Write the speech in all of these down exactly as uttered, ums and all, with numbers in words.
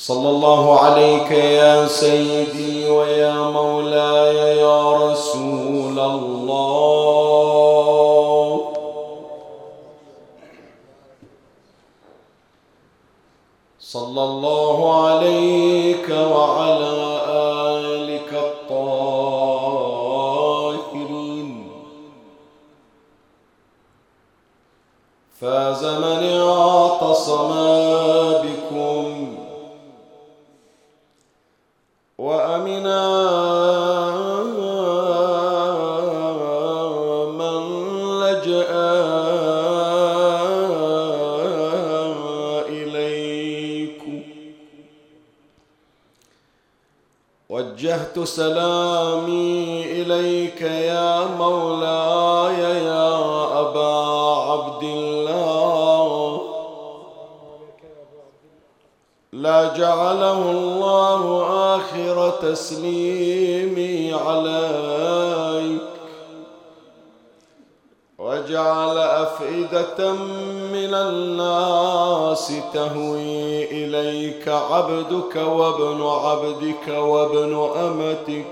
صلى الله عليك يا سيدي ويا مولاي يا رسول الله. صلى الله عليك وعلى آلك الطاهرين. فاز من اعتصم بكم وأمنا من لجأ إليكم. وجهت سلامي إليك يا مولاي يا أبا عبد الله، لا جعله الله آخر تسليمي عليك، وجعل أفئدة من الناس تهوي إليك عبدك وابن عبدك وابن أمتك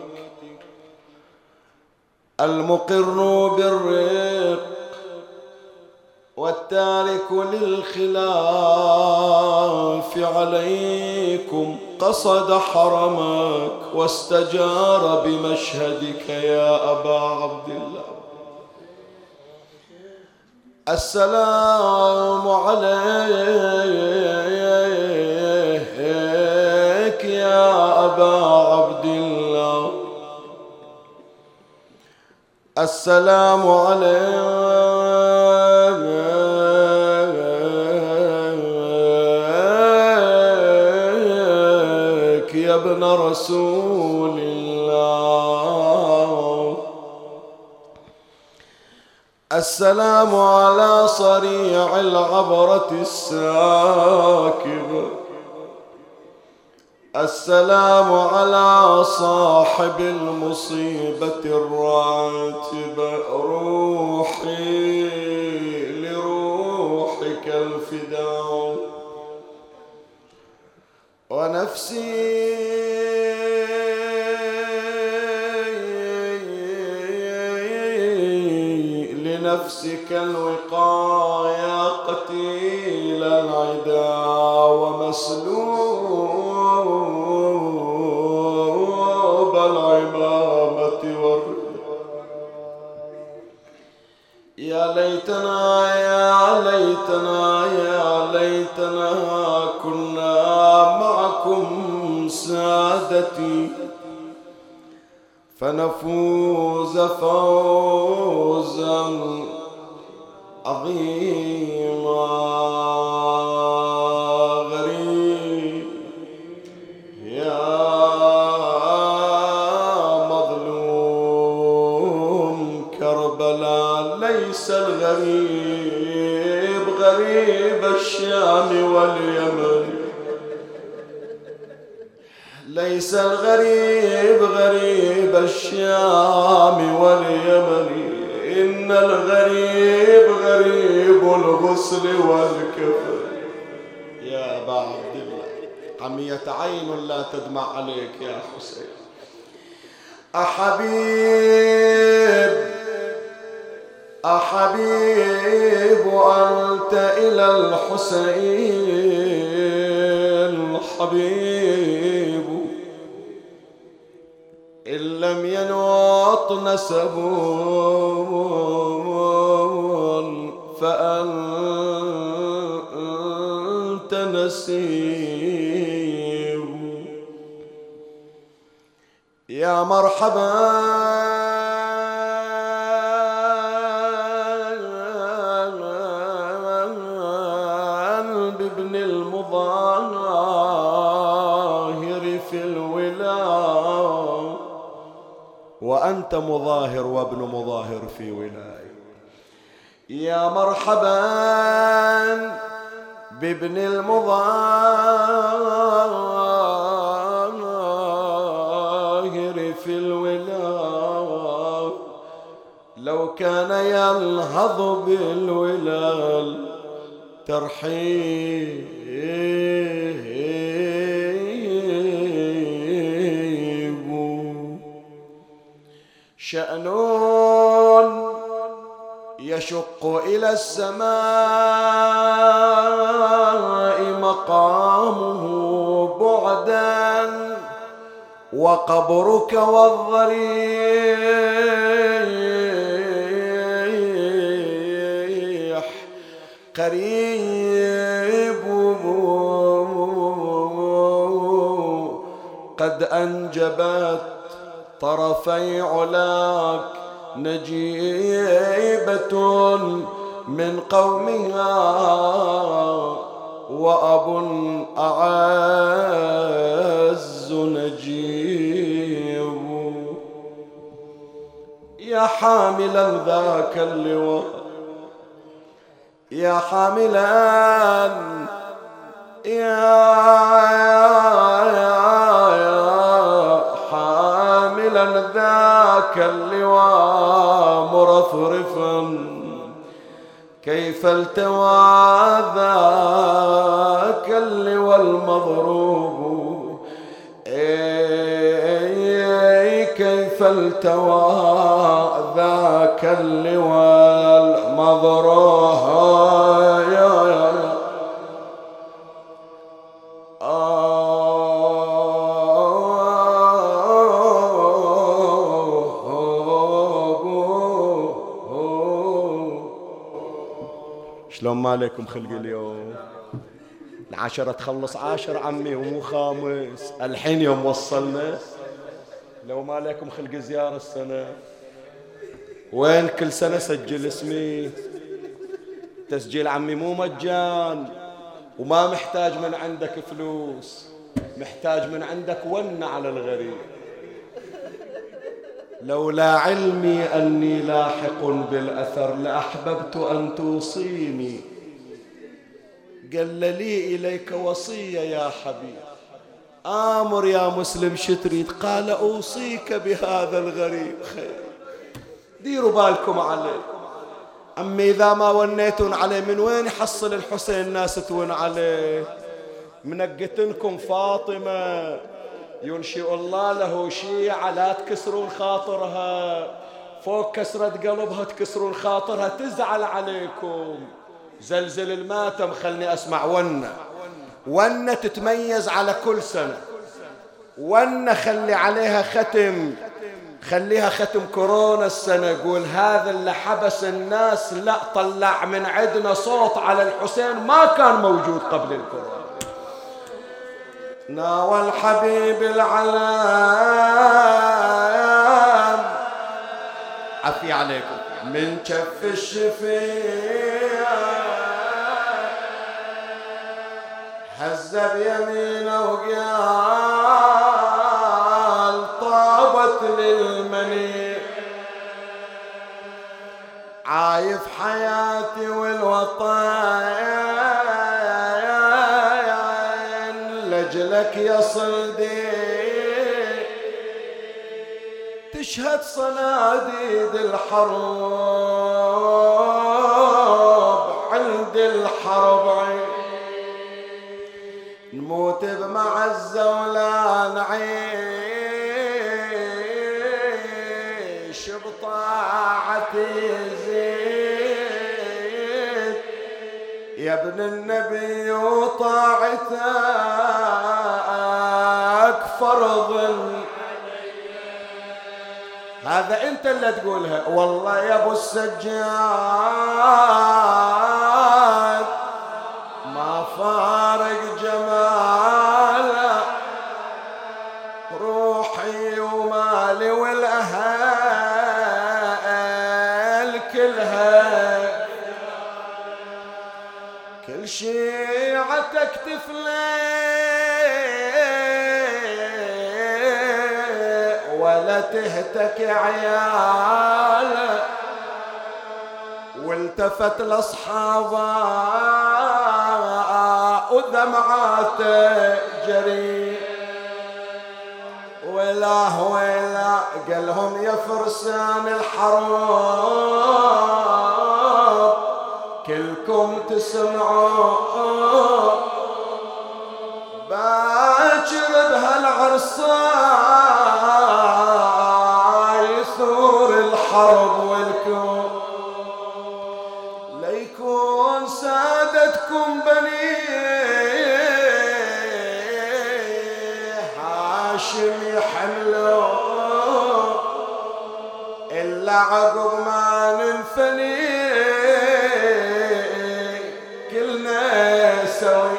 المقر بالرق والتارك للخلاف عليكم، قصد حرمك واستجار بمشهدك يا أبا عبد الله. السلام عليك يا أبا عبد الله، السلام عليك يا ابن رسول الله، السلام على صريع العبرة الساكبة، السلام على صاحب المصيبة الراتبة. روحي لروحك الفداء ونفسي لنفسك الوقاية، قتيل العدا ومسلوب العمامة والرداء. يا ليتنا يا ليتنا يا ليتنا كنا معكم سادتي فنفوز فوزا عظيما. غريب يا مظلوم كربلاء، ليس الغريب غريب الشام واليمن، ليس الغريب غريب الشام واليمن، إن الغريب غريب الغسل والكفن. يا أبا عبد الله، عمية عين لا تدمع عليك يا حسين. أحبيب أحبيب أنت إلى الحسين حبيب، إن لم ينوط نسب فأنت نسيب. يا مرحبا بابن المظاهر في الولاء، وأنت مظاهر وابن مظاهر في ولاية. يا مرحبا بابن المظاهر في الولاء، لو كان ينهض بالولال ترحيب شأن يشق إلى السماء مقامه بعدا، وقبرك والضريح قريب، قد أنجبت طرفي علاك نجيبة من قومها، وأب أعز نجيب. يا حاملا ذاك اللواء، يا حاملا، يا حاملا ذاك اللواء مرفرفا، كيف التوى ذاك اللواء المضروب، اي كيف التوى ذاك اللواء المضروب. يا يا شلون مالكم خلق اليوم؟ العشرة تخلص عاشر عمي ومو خامس، الحين يوم وصلنا لو ما عليكم خلق زيارة السنة. وين كل سنة سجل اسمي؟ تسجيل عمي مو مجان، وما محتاج من عندك فلوس، محتاج من عندك ون على الغريب. لولا علمي أني لاحق بالأثر لأحببت أن توصيني. قال لي إليك وصية يا حبيب، آمر يا مسلم شتريد. قال أوصيك بهذا الغريب خير، ديروا بالكم عليه. أمي إذا ما ونيتون عليه من وين يحصل الحسين ناس تون عليه؟ منقتنكم فاطمة ينشئ الله له شيعة، لا تكسرون خاطرها، فوق كسرة قلبها تكسرون خاطرها، تزعل عليكم. زلزل الماتم خلني أسمع ونة، ونة تتميز على كل سنة، ونة خلي عليها ختم، خليها ختم كورونا السنة. قول هذا اللي حبس الناس، لا طلع من عندنا صوت على الحسين ما كان موجود قبل الكورونا. ناوى الحبيب العلام، عفي عليكم، من كف الشفيع هز بيمينه وقال طابت للمنيع، عايف حياتي والوطن لك يا صلدي، تشهد صناديد الحرب عند الحرب عين، نموت بمعزة ولا نعيش بطاعتي زين، يا ابن النبي وطاعتك فرض. هذا انت اللي تقولها، والله يا ابو السجاد ما فارق جماله، روحي ومالي والاهل كلها، كل شيعتك تفلي ولا تهتك عياله. والتفت لاصحابه ودمعاته جري، ولا ولا قالهم يا فرسان الحرب كلكم تسمعوا، باكر بهالعرصة يثور هاشم يحملون إلا عقب ما ننفني كلنا سوي.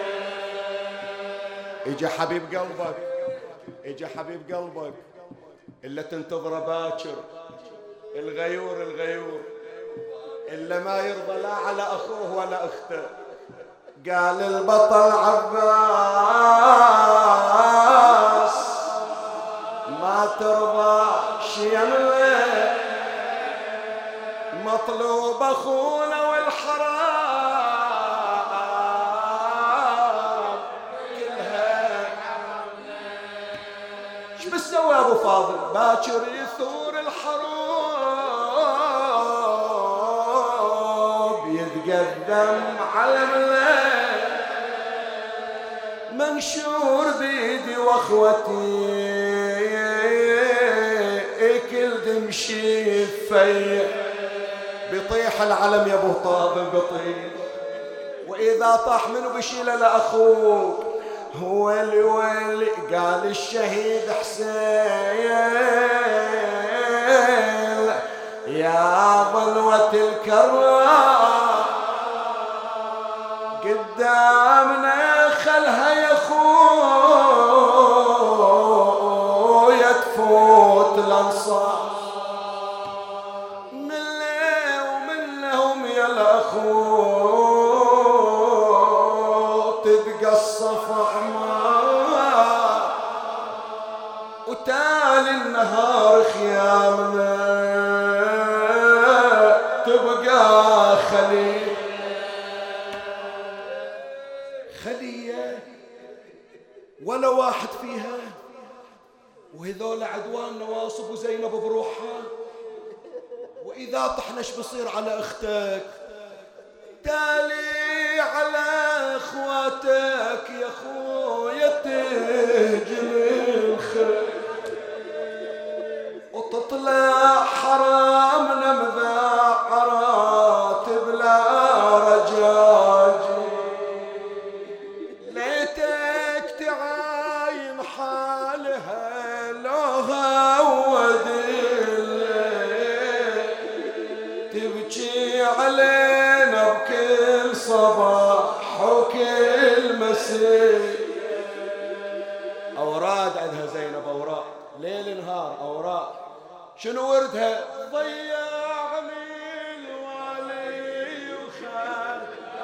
اجا حبيب قلبك، اجا حبيب قلبك إلا تنتظره باكر، الغيور الغيور إلا ما يرضى لا على أخوه ولا أخته. قال البطل عباس ما ترضى شيمله، مطلوب أخونا والحرام كلها. ايش بتسوي أبو فاضل؟ باكر يثور الحروب يتقدم على ملك، منشور بيدي واخوتي كل تمشي في بيطيح العلم يا ابو طابل بيطيح، واذا طاح منه بشيله لاخوك هو الولي. قال الشهيد حسين يا ضلوة الكرام قدامنا خلها يا خويا تفوت الانصار، منه ومنهم يا الاخو تتقصف اعمار، وتالي النهار خيامنا تبقى خليل خلية ولا واحد فيها. وهذول عدوان نواصب وزينب بروحها. وإذا طحنش بصير على أختك تالي على أخواتك يا خويا تهجم الخير، وتطلع حرامنا مذاعرات بلا رجاج. ليتك تعاين حالها لو هود الليل، تبكي علينا بكل صباح وكل مساء. أوراد عندها زينب، أوراق ليل نهار أوراق. شنو وردها؟ ضيعني الوالي وخال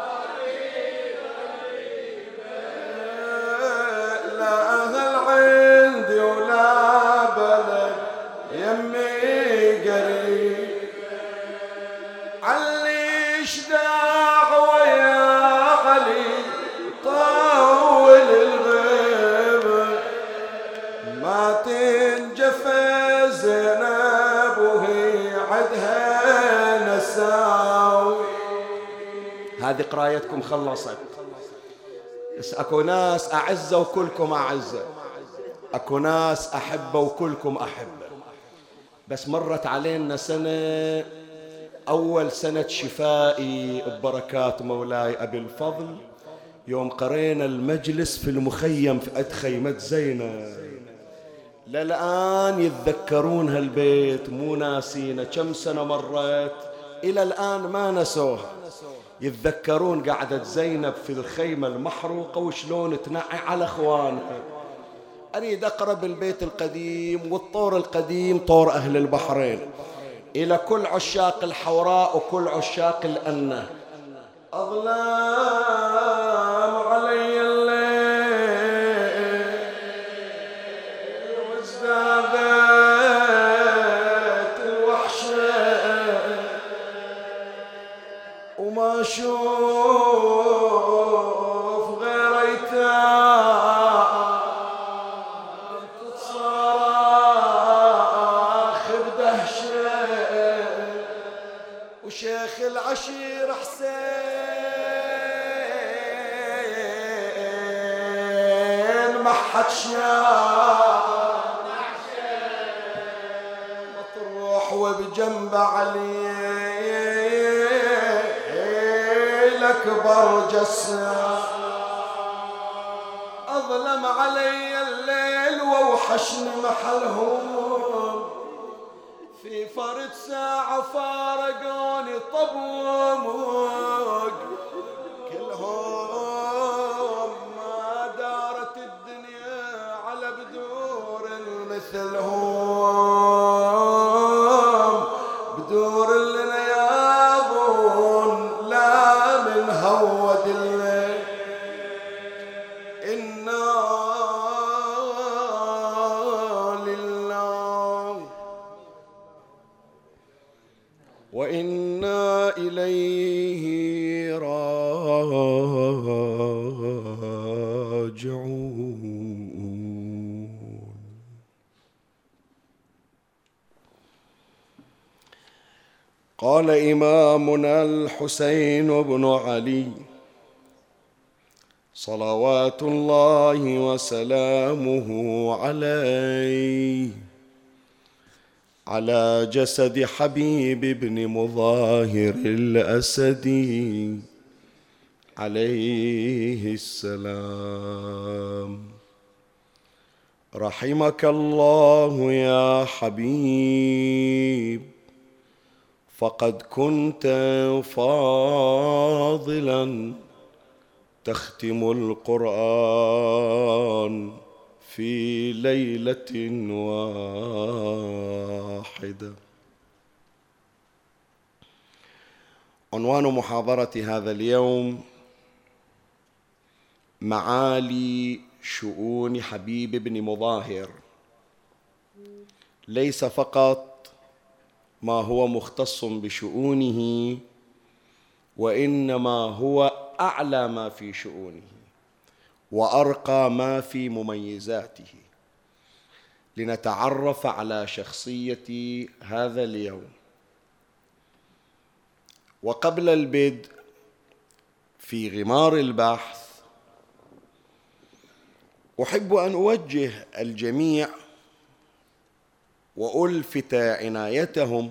لا أهل عندي ولا بلد يمي قريب، عليش دعوة يا علي طول الغيبة، ما تنجفى زينب وهي عدها نساوي. هذه قرايتكم خلصت. بس اكو ناس اعزة وكلكم اعزة، اكو ناس احبة وكلكم احبة. بس مرت علينا سنة، اول سنة شفائي ببركات مولاي ابي الفضل، يوم قرينا المجلس في المخيم في عند خيمة زينب. للآن يتذكرون هالبيت، مو ناسينه. كم سنة مرت إلى الآن ما نسوها. يتذكرون قعدت زينب في الخيمة المحروقة وشلون تنعي على أخوانها. أريد أقرب البيت القديم والطور القديم، طور أهل البحرين، إلى كل عشاق الحوراء وكل عشاق الأنة. أظلام علي الليل وازدادت الوحشة، وما أشوف غير أيتام تتصارخ بدهشة، وشيخ العشير حسين ما حد شاف، مطروح وبجنب علي الأكبر جسام. أظلم علي الليل ووحشني محلهم، في فرد ساعة فارقوني طبوق، كلهم ما دارت الدنيا على بدور مثلهم، بدور اللي يابون لا من هود الليل. إنا لله وإنا إليه راجعون. قال إمامنا الحسين بن علي صلوات الله وسلامه عليه على جسد حبيب بن مظاهر الأسدي عليه السلام: رحمك الله يا حبيب، فقد كنت فاضلاً تختم القرآن في ليلة واحدة. عنوان محاضرة هذا اليوم: معالي شؤون حبيب بن مظاهر، ليس فقط ما هو مختص بشؤونه، وإنما هو أعلى ما في شؤونه وأرقى ما في مميزاته. لنتعرف على شخصية هذا اليوم. وقبل البدء في غمار البحث، أحب أن أوجه الجميع وألفت عنايتهم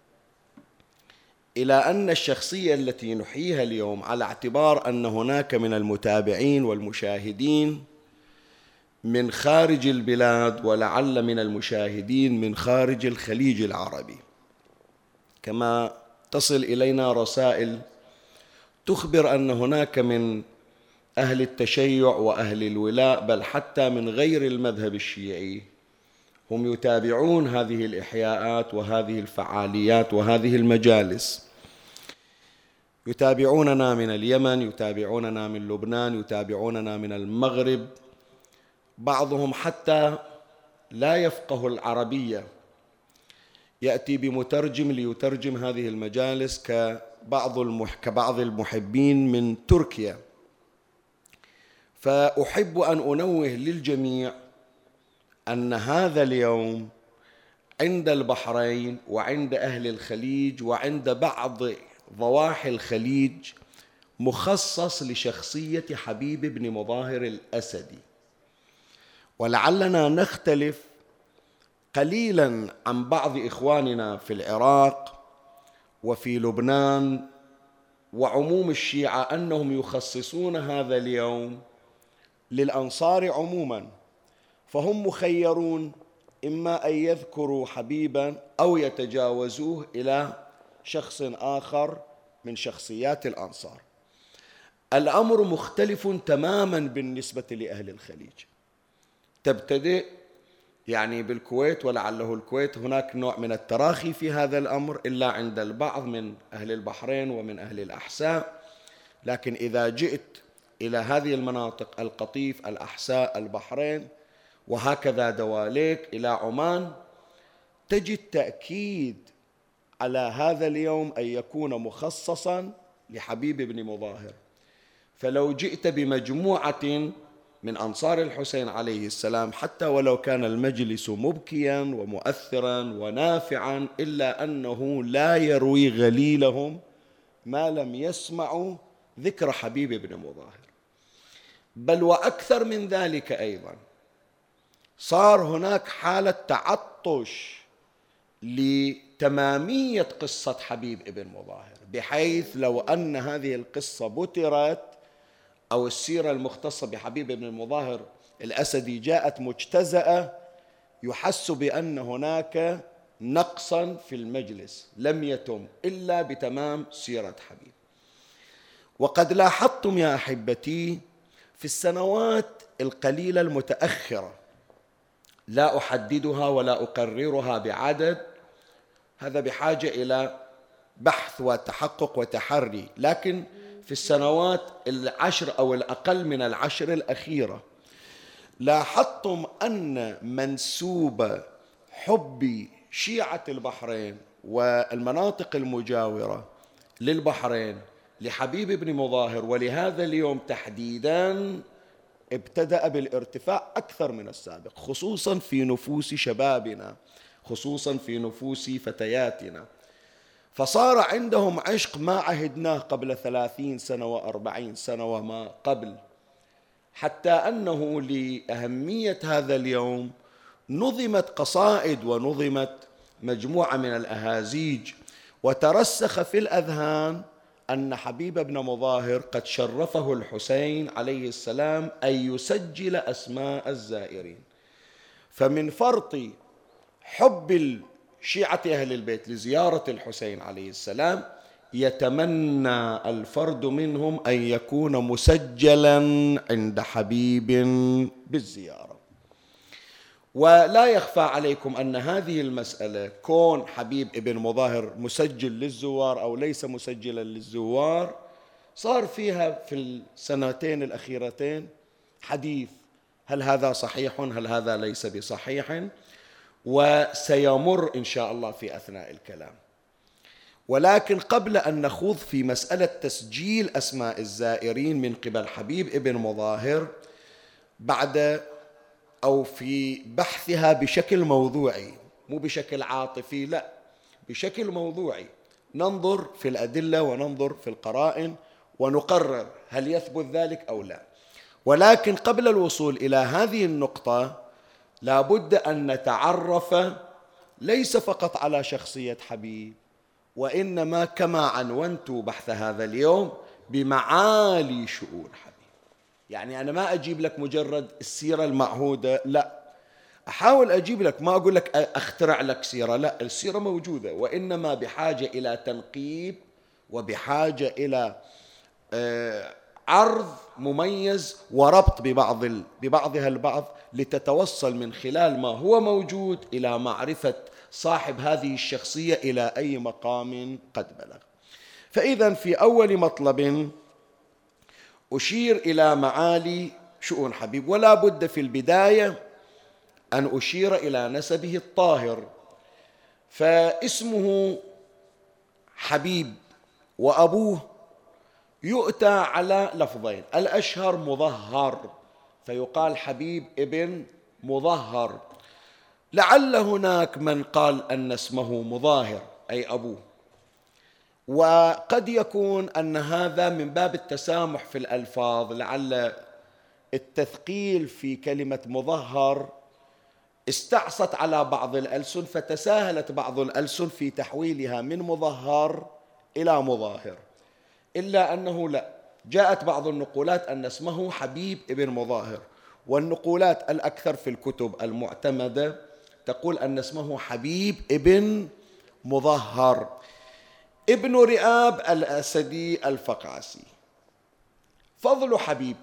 إلى أن الشخصية التي نحييها اليوم، على اعتبار أن هناك من المتابعين والمشاهدين من خارج البلاد ولعل من المشاهدين من خارج الخليج العربي، كما تصل إلينا رسائل تخبر أن هناك من أهل التشيع وأهل الولاء، بل حتى من غير المذهب الشيعي، هم يتابعون هذه الإحياءات وهذه الفعاليات وهذه المجالس. يتابعوننا من اليمن، يتابعوننا من لبنان، يتابعوننا من المغرب، بعضهم حتى لا يفقه العربية يأتي بمترجم ليترجم هذه المجالس، كبعض المح... كبعض المحبين من تركيا. فأحب أن أنوه للجميع أن هذا اليوم عند البحرين وعند أهل الخليج وعند بعض ضواحي الخليج مخصص لشخصية حبيب بن مظاهر الأسدي، ولعلنا نختلف قليلاً عن بعض إخواننا في العراق وفي لبنان وعموم الشيعة أنهم يخصصون هذا اليوم للأنصار عموماً، فهم مخيرون إما أن يذكروا حبيباً أو يتجاوزوه إلى شخص آخر من شخصيات الأنصار. الأمر مختلف تماماً بالنسبة لأهل الخليج. تبتدئ يعني بالكويت، ولعله الكويت هناك نوع من التراخي في هذا الأمر إلا عند البعض من أهل البحرين ومن أهل الأحساء، لكن إذا جئت إلى هذه المناطق القطيف، الأحساء، البحرين، وهكذا دواليك إلى عمان، تجد تأكيد على هذا اليوم أن يكون مخصصاً لحبيب بن مظاهر. فلو جئت بمجموعة من أنصار الحسين عليه السلام، حتى ولو كان المجلس مبكياً ومؤثراً ونافعاً، إلا أنه لا يروي غليلهم ما لم يسمعوا ذكر حبيب بن مظاهر. بل وأكثر من ذلك أيضاً، صار هناك حالة تعطش لتمامية قصة حبيب بن مظاهر، بحيث لو أن هذه القصة بترت أو السيرة المختصة بحبيب بن المظاهر الأسدي جاءت مجتزأة يحس بأن هناك نقصا في المجلس لم يتم إلا بتمام سيرة حبيب. وقد لاحظتم يا أحبتي في السنوات القليلة المتأخرة، لا أحددها ولا أقررها بعدد، هذا بحاجة إلى بحث وتحقق وتحري، لكن في السنوات العشر أو الأقل من العشر الأخيرة لاحظتم أن منسوب حب شيعة البحرين والمناطق المجاورة للبحرين لحبيب بن مظاهر ولهذا اليوم تحديدا ابتدأ بالارتفاع أكثر من السابق، خصوصا في نفوس شبابنا، خصوصا في نفوس فتياتنا، فصار عندهم عشق ما عهدناه قبل ثلاثين سنة وأربعين سنة وما قبل، حتى أنه لأهمية هذا اليوم نظمت قصائد ونظمت مجموعة من الأهازيج، وترسخ في الأذهان أن حبيب بن مظاهر قد شرفه الحسين عليه السلام أن يسجل أسماء الزائرين. فمن فرط حب شيعة أهل البيت لزيارة الحسين عليه السلام يتمنى الفرد منهم أن يكون مسجلا عند حبيب بالزيارة. ولا يخفى عليكم أن هذه المسألة كون حبيب ابن مظاهر مسجل للزوار أو ليس مسجلا للزوار صار فيها في السنتين الأخيرتين حديث، هل هذا صحيح هل هذا ليس بصحيح، وسيمر إن شاء الله في أثناء الكلام. ولكن قبل أن نخوض في مسألة تسجيل أسماء الزائرين من قبل حبيب ابن مظاهر بعد أو في بحثها بشكل موضوعي، مو بشكل عاطفي، لا بشكل موضوعي، ننظر في الأدلة وننظر في القرائن ونقرر هل يثبت ذلك أو لا. ولكن قبل الوصول إلى هذه النقطة لا بد أن نتعرف ليس فقط على شخصية حبيب، وإنما كما عنونت بحث هذا اليوم بمعالي شؤون حبيب. يعني أنا ما أجيب لك مجرد السيرة المعهودة، لا، أحاول أجيب لك، ما أقول لك أخترع لك سيرة، لا، السيرة موجودة، وإنما بحاجة إلى تنقيب وبحاجة إلى عرض مميز وربط ببعض ببعضها البعض لتتوصل من خلال ما هو موجود إلى معرفة صاحب هذه الشخصية إلى أي مقام قد بلغ. فإذا في أول مطلب أشير إلى معالي شؤون حبيب، ولا بد في البداية أن أشير إلى نسبه الطاهر. فاسمه حبيب وأبوه يؤتى على لفظين، الأشهر مظهر، فيقال حبيب ابن مظهر، لعل هناك من قال أن اسمه مظاهر أي أبوه، وقد يكون أن هذا من باب التسامح في الألفاظ، لعل التثقيل في كلمة مظهر استعصت على بعض الألسن فتساهلت بعض الألسن في تحويلها من مظهر إلى مظاهر، إلا أنه لا، جاءت بعض النقولات أن اسمه حبيب ابن مظاهر، والنقولات الأكثر في الكتب المعتمدة تقول أن اسمه حبيب ابن مظهر ابن رئاب الأسدي الفقعسي. فضل حبيب،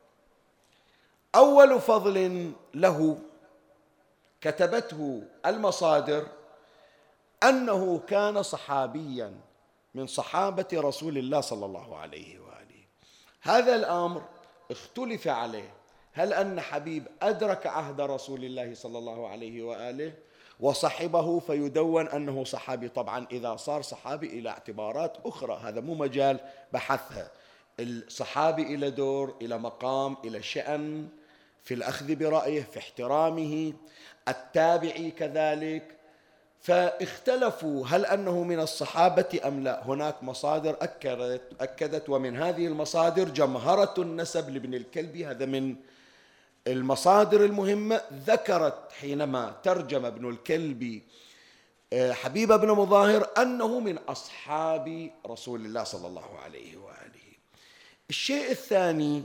أول فضل له كتبته المصادر أنه كان صحابيا من صحابة رسول الله صلى الله عليه وآله. هذا الأمر اختلف عليه، هل أن حبيب أدرك عهد رسول الله صلى الله عليه وآله وصحبه فيدون أنه صحابي؟ طبعا إذا صار صحابي إلى اعتبارات أخرى، هذا مو مجال بحثها. الصحابي إلى دور، إلى مقام، إلى شأن في الأخذ برأيه، في احترامه، التابعي كذلك. فاختلفوا هل أنه من الصحابة أم لا. هناك مصادر أكدت, أكدت ومن هذه المصادر جمهرة النسب لابن الكلبي، هذا من المصادر المهمة، ذكرت حينما ترجم ابن الكلبي حبيب بن مظاهر أنه من أصحاب رسول الله صلى الله عليه وآله. الشيء الثاني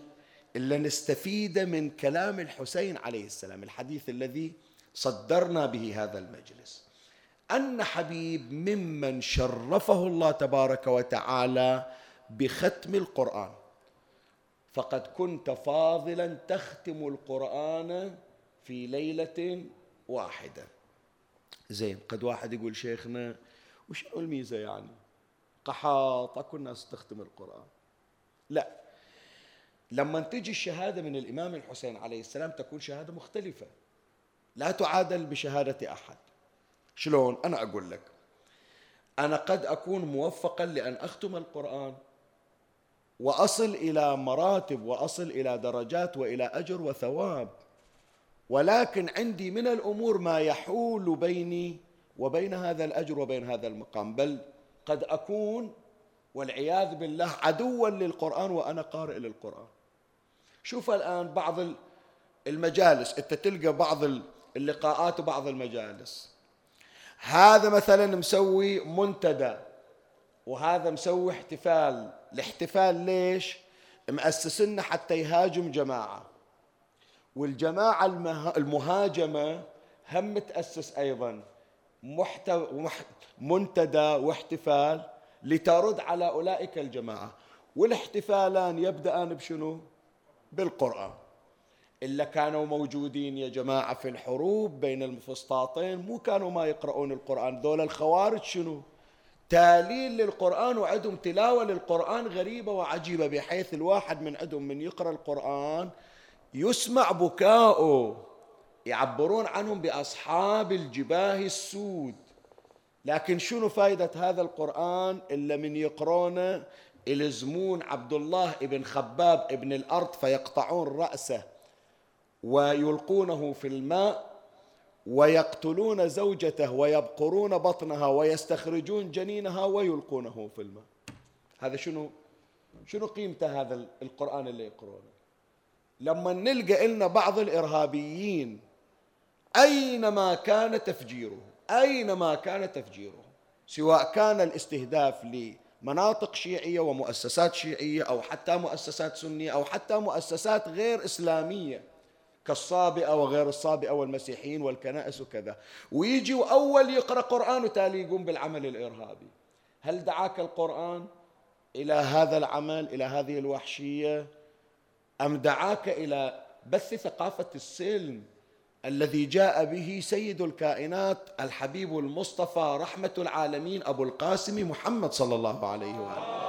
اللي نستفيد من كلام الحسين عليه السلام، الحديث الذي صدرنا به هذا المجلس، أن حبيب ممن شرفه الله تبارك وتعالى بختم القرآن. فقد كنت فاضلا تختم القرآن في ليلة واحدة. زين، قد واحد يقول شيخنا وشنو الميزة يعني؟ قحاط كل الناس تختم القرآن. لا، لما تجي الشهادة من الإمام الحسين عليه السلام تكون شهادة مختلفة، لا تعادل بشهادة أحد. شلون؟ أنا أقول لك، أنا قد أكون موفقا لأن أختم القرآن وأصل إلى مراتب وأصل إلى درجات وإلى أجر وثواب، ولكن عندي من الأمور ما يحول بيني وبين هذا الأجر وبين هذا المقام، بل قد أكون والعياذ بالله عدوا للقرآن وأنا قارئ للقرآن. شوف الآن بعض المجالس، أنت تلقى بعض اللقاءات وبعض المجالس، هذا مثلا مسوي منتدى وهذا مسوي احتفال. الاحتفال ليش؟ مؤسسنا حتى يهاجم جماعة، والجماعة المهاجمة هم تأسس أيضا منتدى واحتفال لترد على أولئك الجماعة. والاحتفالان يبدأان بشنو؟ بالقرآن. إلا كانوا موجودين يا جماعة في الحروب بين المفسطاطين مو كانوا ما يقرؤون القرآن. ذول الخوارج شنو؟ تالين للقرآن وعندهم تلاوة للقرآن غريبة وعجيبة، بحيث الواحد من عندهم من يقرأ القرآن يسمع بكاؤه، يعبرون عنهم بأصحاب الجباه السود. لكن شنو فائدة هذا القرآن إلا من يقرونه يلزمون عبد الله ابن خباب ابن الأرض فيقطعون رأسه ويلقونه في الماء ويقتلون زوجته ويبقرون بطنها ويستخرجون جنينها ويلقونه في الماء. هذا شنو شنو قيمته هذا القرآن اللي يقرونه؟ لما نلقى لنا بعض الإرهابيين أينما كان تفجيره أينما كان تفجيره سواء كان الاستهداف لمناطق شيعية ومؤسسات شيعية أو حتى مؤسسات سنية أو حتى مؤسسات غير إسلامية كالصابئة وغير الصابئة والمسيحيين والكنائس وكذا، ويجي أول يقرأ قرآن وتالي يقوم بالعمل الإرهابي، هل دعاك القرآن إلى هذا العمل، إلى هذه الوحشية، أم دعاك إلى بث ثقافة السلم الذي جاء به سيد الكائنات الحبيب المصطفى رحمة العالمين أبو القاسم محمد صلى الله عليه وآله؟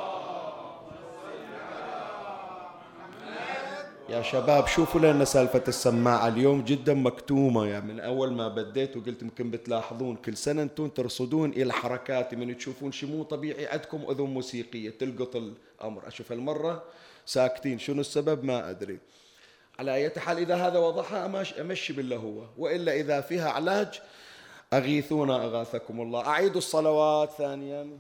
يا شباب شوفوا لنا سالفة السماعة اليوم جدا مكتومة، يعني من أول ما بديت وقلت يمكن بتلاحظون كل سنة أنتم ترصدون إلى حركاتي من تشوفون شيء مو طبيعي عندكم أذن موسيقية تلقط الأمر. أشوف المرة ساكتين، شنو السبب ما أدري. على أي حال إذا هذا وضحها أمشي بالله هو، وإلا إذا فيها علاج أغيثونا أغاثكم الله. أعيدوا الصلوات ثانيا.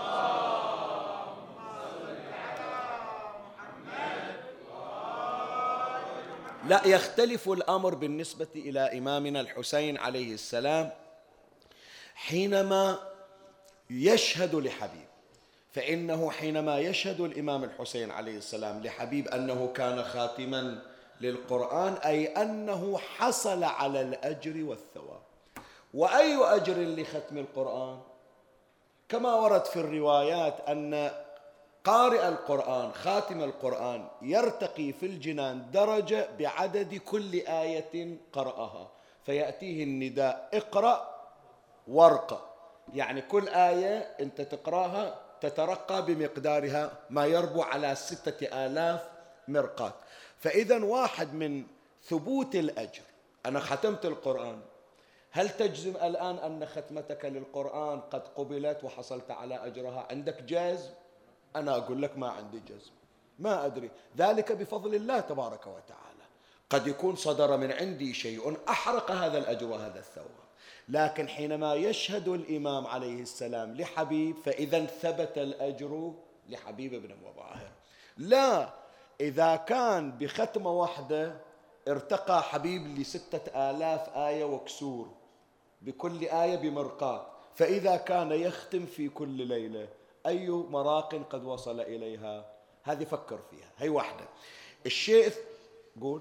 لا يختلف الأمر بالنسبة إلى إمامنا الحسين عليه السلام حينما يشهد لحبيب، فإنه حينما يشهد الإمام الحسين عليه السلام لحبيب أنه كان خاتما للقرآن أي أنه حصل على الأجر والثواب. وأي أجر لختم القرآن؟ كما ورد في الروايات أن قارئ القرآن خاتم القرآن يرتقي في الجنان درجة بعدد كل آية قرأها، فيأتيه النداء اقرأ وارقى، يعني كل آية أنت تقرأها تترقى بمقدارها ما يربو على ستة آلاف مرقات. فإذا واحد من ثبوت الأجر، أنا ختمت القرآن، هل تجزم الآن أن ختمتك للقرآن قد قبلت وحصلت على أجرها؟ عندك جزم؟ أنا أقول لك ما عندي جزم، ما أدري، ذلك بفضل الله تبارك وتعالى. قد يكون صدر من عندي شيء أحرق هذا الأجر وهذا الثواب، لكن حينما يشهد الإمام عليه السلام لحبيب فإذا ثبت الأجر لحبيب بن مظاهر. لا، إذا كان بختمة واحدة ارتقى حبيب لستة آلاف آية وكسور بكل آية بمرقات، فإذا كان يختم في كل ليلة أي مراق قد وصل إليها؟ هذه فكر فيها، هي واحدة. الشيء قول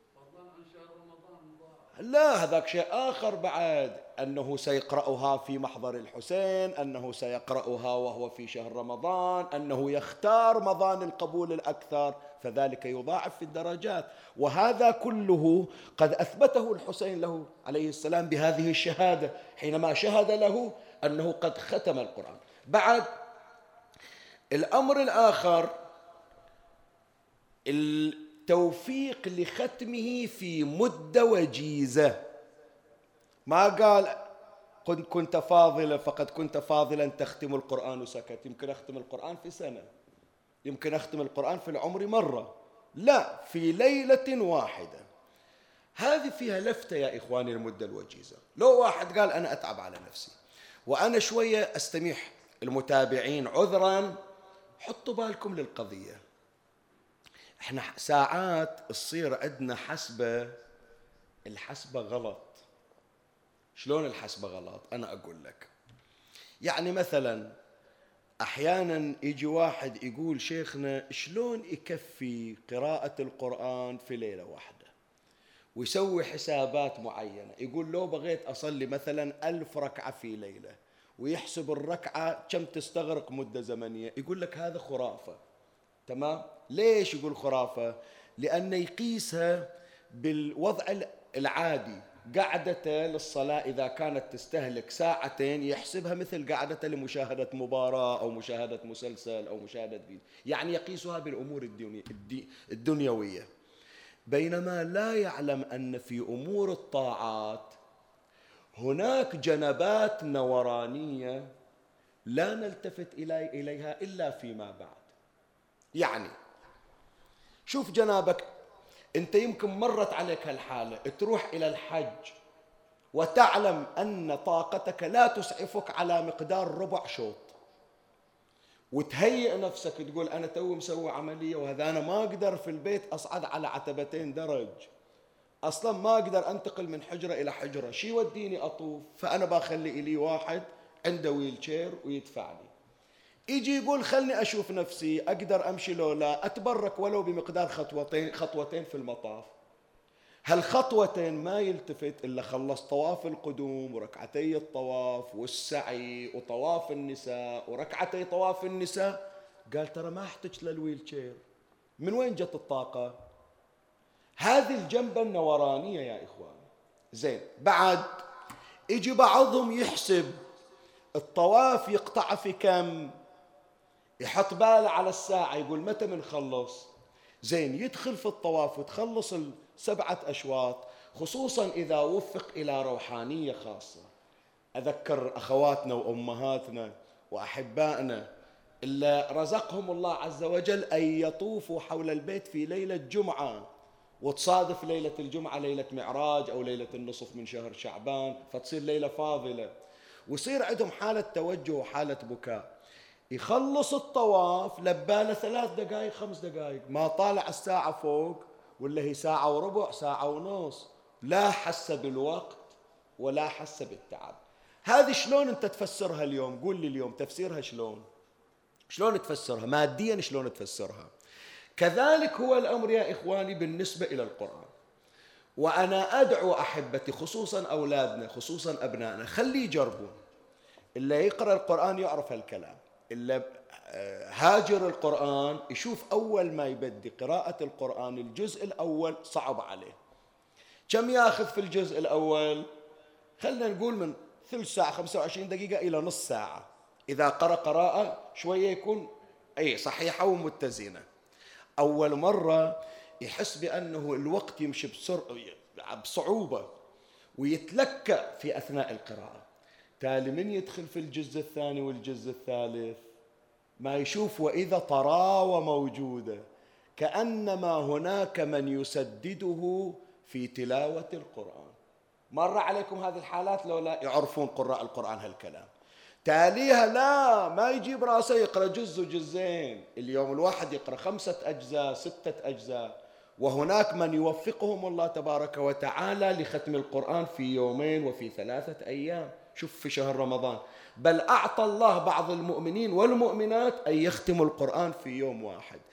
لا، هذاك شيء آخر بعد، أنه سيقرأها في محضر الحسين، أنه سيقرأها وهو في شهر رمضان، أنه يختار مظان القبول الأكثر، فذلك يضاعف في الدرجات. وهذا كله قد أثبته الحسين له عليه السلام بهذه الشهادة حينما شهد له أنه قد ختم القرآن. بعد الأمر الآخر التوفيق لختمه في مدة وجيزة. ما قال كنت فاضلا فقد كنت فاضلا تختم القرآن وسكت، يمكن أختم القرآن في سنة، يمكن أختم القرآن في العمر مرة، لا، في ليلة واحدة. هذه فيها لفتة يا إخواني المدة الوجيزة. لو واحد قال أنا أتعب على نفسي، وأنا شوية أستميح المتابعين عذرا، حطوا بالكم للقضية. احنا ساعات تصير عندنا حسبة، الحسبة غلط. شلون الحسبة غلط؟ أنا أقول لك. يعني مثلا أحيانا يجي واحد يقول شيخنا شلون يكفي قراءة القرآن في ليلة واحدة، ويسوي حسابات معينة. يقول لو بغيت أصلي مثلا ألف ركعة في ليلة، ويحسب الركعة كم تستغرق مدة زمنية. يقول لك هذا خرافة. تمام؟ ليش يقول خرافة؟ لأنه يقيسها بالوضع العادي. قعدته للصلاة إذا كانت تستهلك ساعتين يحسبها مثل قعدته لمشاهدة مباراة أو مشاهدة مسلسل أو مشاهدة فيديو، يعني يقيسها بالأمور الدنيوية. بينما لا يعلم أن في أمور الطاعات هناك جنبات نورانية لا نلتفت إليها إلا فيما بعد. يعني شوف جنابك، أنت يمكن مرت عليك هالحالة، تروح إلى الحج وتعلم أن طاقتك لا تسعفك على مقدار ربع شوط، وتهيئ نفسك تقول أنا تو مسوي عملية وهذا أنا ما أقدر في البيت أصعد على عتبتين درج، أصلا ما أقدر أنتقل من حجرة إلى حجرة، شي وديني أطوف، فأنا بخلي إلي واحد عنده ويلشير ويدفع لي. يجي يقول خلني أشوف نفسي أقدر أمشي لو لا، أتبرك ولو بمقدار خطوتين خطوتين في المطاف. هالخطوتين ما يلتفت إلا خلص طواف القدوم وركعتي الطواف والسعي وطواف النساء وركعتي طواف النساء، قال ترى ما احتجت للويلشير. من وين جت الطاقة؟ هذه الجنبة النورانية يا إخوان. زين، بعد يجي بعضهم يحسب الطواف يقطع في كم، يحط باله على الساعة، يقول متى منخلص. زين، يدخل في الطواف وتخلص السبعة أشواط، خصوصا إذا وفق إلى روحانية خاصة. أذكر أخواتنا وأمهاتنا وأحبائنا اللي رزقهم الله عز وجل أن يطوفوا حول البيت في ليلة جمعة، وتصادف ليلة الجمعة ليلة معراج أو ليلة النصف من شهر شعبان، فتصير ليلة فاضلة، ويصير عندهم حالة توجه وحالة بكاء. يخلص الطواف لباله ثلاث دقائق خمس دقائق، ما طالع الساعة فوق ولا هي ساعة وربع ساعة ونص، لا حس بالوقت ولا حس بالتعب. هذه شلون أنت تفسرها اليوم؟ قول لي اليوم تفسيرها شلون؟ شلون تفسرها ماديا؟ شلون تفسرها؟ كذلك هو الأمر يا إخواني بالنسبة إلى القرآن. وأنا أدعو أحبتي خصوصا أولادنا خصوصا أبنائنا، خلي يجربون. اللي يقرأ القرآن يعرف الكلام، اللي هاجر القرآن يشوف أول ما يبدي قراءة القرآن الجزء الأول صعب عليه. كم ياخذ في الجزء الأول؟ خلنا نقول من ثلث ساعة خمسة وعشرين دقيقة إلى نص ساعة. إذا قرأ قراءة شوية يكون أي صحيحة ومتزنة. أول مرة يحس بأنه الوقت يمشي بصعوبة ويتلكأ في أثناء القراءة. تالي من يدخل في الجزء الثاني والجزء الثالث ما يشوف وإذا طراوة موجودة، كأنما هناك من يسدده في تلاوة القرآن. مر عليكم هذه الحالات لو لا يعرفون قراء القرآن هالكلام؟ تاليها لا ما يجيب راسه يقرأ جزء وجزئين، اليوم الواحد يقرأ خمسة أجزاء ستة أجزاء، وهناك من يوفقهم الله تبارك وتعالى لختم القرآن في يومين وفي ثلاثة أيام. شوف في شهر رمضان، بل أعطى الله بعض المؤمنين والمؤمنات أن يختموا القرآن في يوم واحد.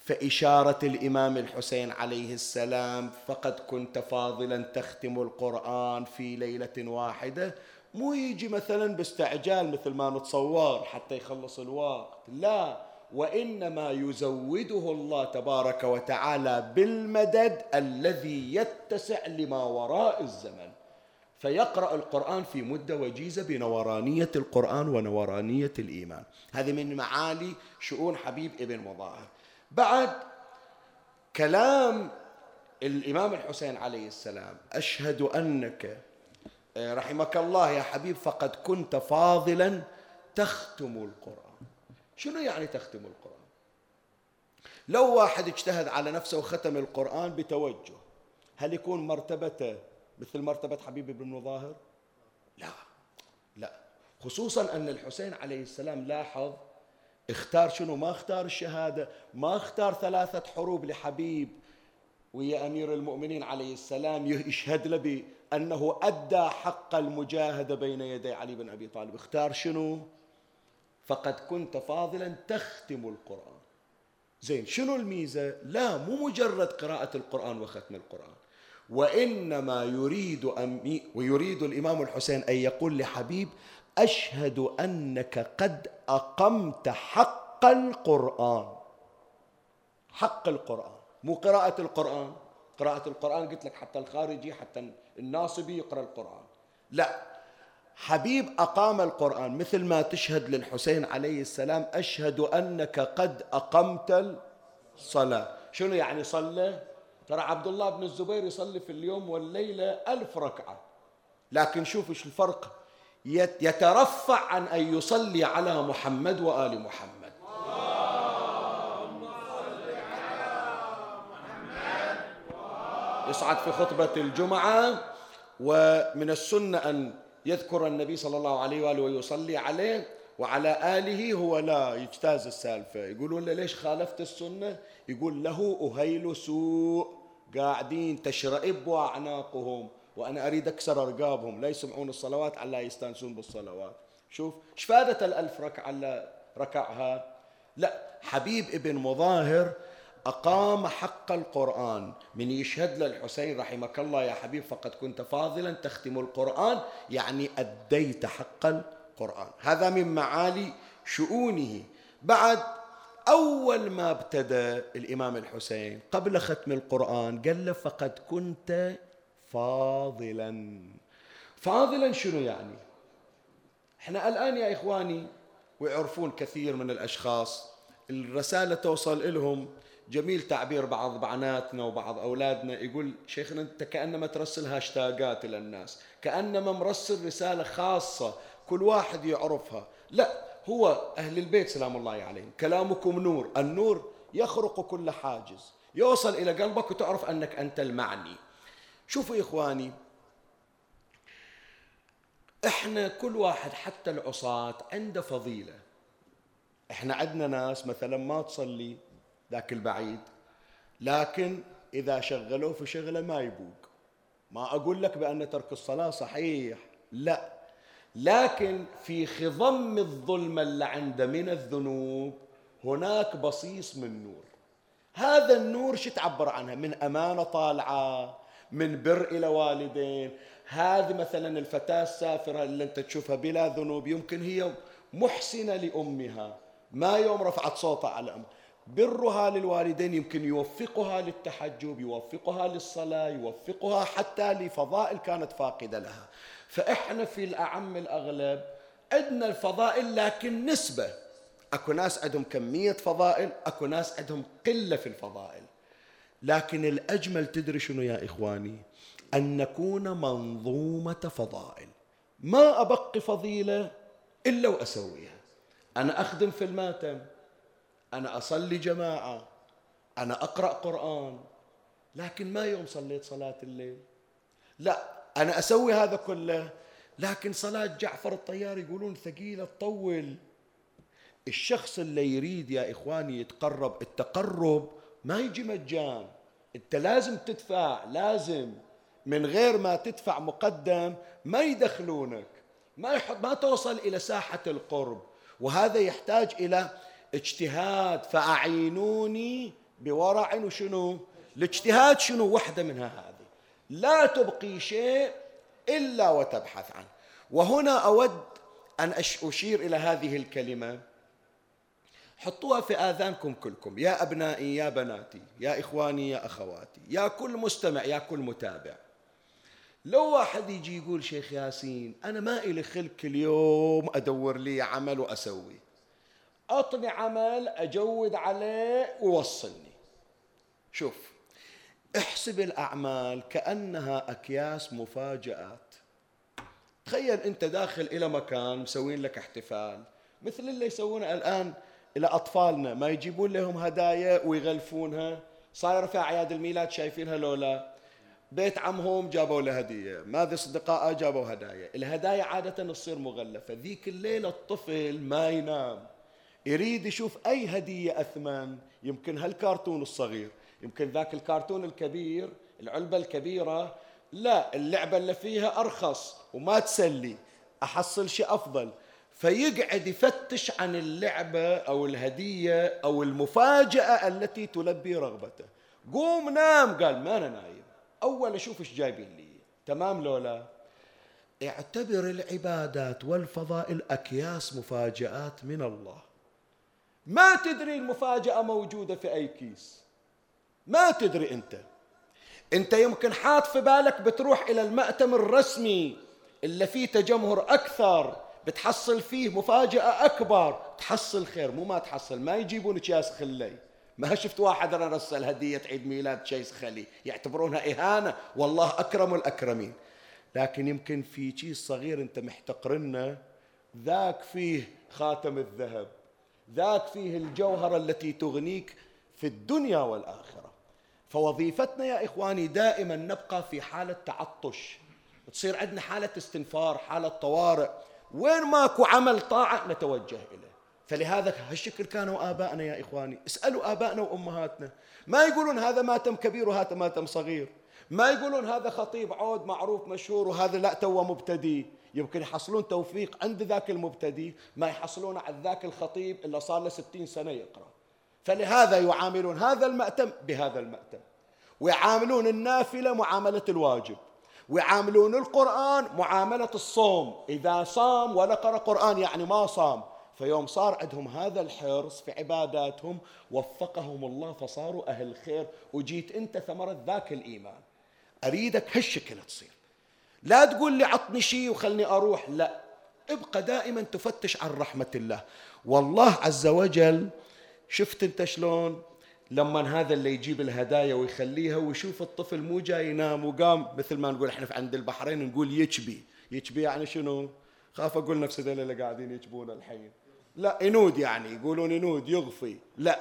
فإشارة الإمام الحسين عليه السلام فقد كنت فاضلا تختم القرآن في ليلة واحدة مو يجي مثلا باستعجال مثل ما نتصور حتى يخلص الوقت، لا، وإنما يزوده الله تبارك وتعالى بالمدد الذي يتسع لما وراء الزمن، فيقرأ القرآن في مدة وجيزة بنورانية القرآن ونورانية الإيمان. هذه من معالي شؤون حبيب ابن مظاهر. بعد كلام الإمام الحسين عليه السلام أشهد أنك رحمك الله يا حبيب فقد كنت فاضلا تختم القرآن. شنو يعني تختم القرآن؟ لو واحد اجتهد على نفسه وختم القرآن بتوجه، هل يكون مرتبته مثل مرتبة حبيب ابن مظاهر؟ لا لا، خصوصا أن الحسين عليه السلام لاحظ اختار شنو؟ ما اختار الشهادة، ما اختار ثلاثة حروب لحبيب ويا أمير المؤمنين عليه السلام يشهد له بأنه أدى حق المجاهدة بين يدي علي بن أبي طالب. اختار شنو؟ فقد كنت فاضلا تختم القرآن. زين، شنو الميزة؟ لا، مو مجرد قراءة القرآن وختم القرآن، وإنما يريد أمي ويريد الإمام الحسين أن يقول لحبيب أشهد أنك قد أقمت حق القرآن. حق القرآن، مو قراءة القرآن. قراءة القرآن قلت لك حتى الخارجي حتى الناصبي يقرأ القرآن، لا، حبيب أقام القرآن مثل ما تشهد للحسين عليه السلام أشهد أنك قد أقمت الصلاة. شنو يعني صلى؟ ترى عبد الله بن الزبير يصلي في اليوم والليلة ألف ركعة، لكن شوف إيش الفرق، يترفع عن أن يصلي على محمد وآل محمد. يصعد في خطبة الجمعة ومن السنة أن يذكر النبي صلى الله عليه وآله ويصلي عليه وعلى آله، هو لا يجتاز السالفة. يقولون له ليش خالفت السنة؟ يقول له أهيل سوء، قاعدين تشرئب أعناقهم وأنا أريد أكسر أرقابهم، لا يسمعون الصلوات على يستانسون بالصلوات. شوف ايش فادت الألف ركعة اللي ركعها؟ لا، حبيب ابن مظاهر أقام حق القرآن من يشهد للحسين رحمك الله يا حبيب فقد كنت فاضلا تختم القرآن، يعني أديت حق القرآن. هذا من معالي شؤونه. بعد أول ما ابتدى الإمام الحسين قبل ختم القرآن قال له فقد كنت فاضلا. فاضلا شنو يعني؟ احنا الآن يا إخواني ويعرفون كثير من الأشخاص الرسالة توصل لهم، جميل تعبير بعض بناتنا وبعض أولادنا، يقول شيخنا أنت كأنما ترسل هاشتاجات إلى الناس، كأنما مرسل رسالة خاصة كل واحد يعرفها. لا، هو أهل البيت سلام الله عليهم كلامكم نور، النور يخرق كل حاجز، يوصل إلى قلبك وتعرف أنك أنت المعني. شوفوا يا إخواني، إحنا كل واحد حتى العصاة عنده فضيلة. إحنا عندنا ناس مثلا ما تصلي ذاك البعيد، لكن إذا شغلوه في شغله ما يبوق. ما أقول لك بأن ترك الصلاة صحيح، لا، لكن في خضم الظلمة اللي عنده من الذنوب هناك بصيص من نور. هذا النور شو تعبر عنها؟ من أمانة طالعة، من بر إلى والدين. هذه مثلا الفتاة السافرة اللي أنت تشوفها بلا ذنوب، يمكن هي محسنة لأمها، ما يوم رفعت صوتها على أمها، برها للوالدين يمكن يوفقها للتحجب، يوفقها للصلاة، يوفقها حتى لفضائل كانت فاقدة لها. فإحنا في الأعم الأغلب عندنا الفضائل لكن نسبة، أكو ناس عندهم كمية فضائل، أكو ناس عندهم قلة في الفضائل. لكن الأجمل تدري شنو يا إخواني؟ أن نكون منظومة فضائل، ما أبقي فضيلة إلا وأسويها. أنا أخدم في الماتم، أنا أصلي جماعة، أنا أقرأ قرآن، لكن ما يوم صليت صلاة الليل. لا، أنا أسوي هذا كله، لكن صلاة جعفر الطيار يقولون ثقيلة تطول. الشخص اللي يريد يا إخواني يتقرب، التقرب ما يجي مجان، أنت لازم تدفع، لازم من غير ما تدفع مقدم ما يدخلونك، ما يحط ما توصل إلى ساحة القرب. وهذا يحتاج إلى اجتهاد، فأعينوني بورع وشنو الاجتهاد، شنو وحدة منها هذه، لا تبقي شيء إلا وتبحث عنه. وهنا أود أن أشير إلى هذه الكلمة، حطوها في آذانكم كلكم، يا أبنائي يا بناتي يا إخواني يا أخواتي، يا كل مستمع يا كل متابع. لو واحد يجي يقول شيخ ياسين أنا ما إلي خلق كل يوم أدور لي عمل وأسوي، أعطني عمل أجود عليه ووصلني. شوف، احسب الأعمال كأنها أكياس مفاجآت. تخيل أنت داخل إلى مكان مسوين لك احتفال، مثل اللي يسوونه الآن إلى أطفالنا، ما يجيبون لهم هدايا ويغلفونها. صاير في أعياد الميلاد شايفينها لولا، بيت عمهم جابوا له هدية، ماذا أصدقائه جابوا هدايا. الهدايا عادة تصير مغلفة. ذيك الليلة الطفل ما ينام، يريد يشوف أي هدية أثمن، يمكن هالكرتون الصغير، يمكن ذاك الكرتون الكبير، العلبة الكبيرة، لا، اللعبة اللي فيها أرخص وما تسلي، أحصل شيء أفضل. فيقعد يفتش عن اللعبة أو الهدية أو المفاجأة التي تلبي رغبته. قوم نام، قال ما أنا نايم، أول أشوف إيش جايبين لي. تمام لولا؟ اعتبر العبادات والفضائل أكياس مفاجآت من الله، ما تدري المفاجأة موجودة في أي كيس، ما تدري. أنت أنت يمكن حاط في بالك بتروح إلى المأتم الرسمي اللي فيه تجمهر أكثر، بتحصل فيه مفاجأة أكبر، تحصل خير، مو ما تحصل. ما يجيبون أكياس خلي. ما شفت واحد أنا رسل هدية عيد ميلاد شيء خلي، يعتبرونها إهانة. والله أكرم الأكرمين. لكن يمكن في شيء صغير أنت محتقرنه، ذاك فيه خاتم الذهب، ذاك فيه الجوهرة التي تغنيك في الدنيا والآخرة. فوظيفتنا يا إخواني دائما نبقى في حالة تعطش، تصير عندنا حالة استنفار، حالة طوارئ، وين ماكو عمل طاعة نتوجه إليه. فلهذا هالشكل كانوا آبائنا يا إخواني. اسألوا آبائنا وأمهاتنا، ما يقولون هذا ماتم كبير وهذا ماتم صغير، ما يقولون هذا خطيب عود معروف مشهور وهذا لا توه مبتدي. يمكن يحصلون توفيق عند ذاك المبتدي، ما يحصلون عند ذاك الخطيب اللي صار له ستين سنة يقرأ. فلهذا يعاملون هذا المأتم بهذا المأتم، ويعاملون النافلة معاملة الواجب، ويعاملون القرآن معاملة الصوم. إذا صام ولا قرأ قرآن يعني ما صام. فيوم صار عندهم هذا الحرص في عباداتهم وفقهم الله فصاروا أهل خير، وجيت أنت ثمرة ذاك الإيمان. أريدك هالشكل تصير، لا تقول لي عطني شيء وخلني أروح، لا، ابقى دائما تفتش عن رحمة الله. والله عز وجل شفت أنت شلون لما هذا اللي يجيب الهدايا ويخليها ويشوف الطفل مو جاي ينام وقام، مثل ما نقول احنا في عند البحرين نقول يجبي. يجبي يعني شنو؟ خاف أقول نفس ذول اللي قاعدين يجبون الحين، لا، ينود، يعني يقولون ينود يغفي، لا،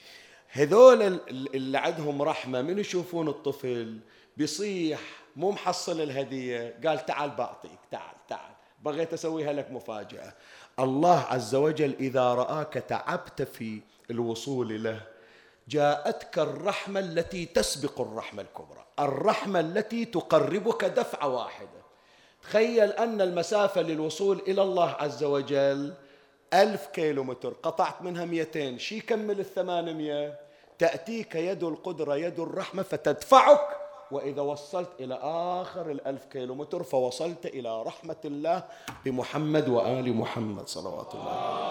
هذول اللي عندهم رحمة من يشوفون الطفل بيصيح مو محصل الهدية، قال تعال بعطيك، تعال تعال، بغيت أسويها لك مفاجأة. الله عز وجل إذا رآك تعبت في الوصول له جاءتك الرحمة التي تسبق الرحمة الكبرى، الرحمة التي تقربك دفعة واحدة. تخيل أن المسافة للوصول إلى الله عز وجل ألف كيلومتر، قطعت منها مئتين، شي كمل الثمانمية، تأتيك يد القدرة يد الرحمة فتدفعك. وإذا وصلت إلى آخر الألف كيلومتر فوصلت إلى رحمة الله بمحمد وآل محمد صلوات الله.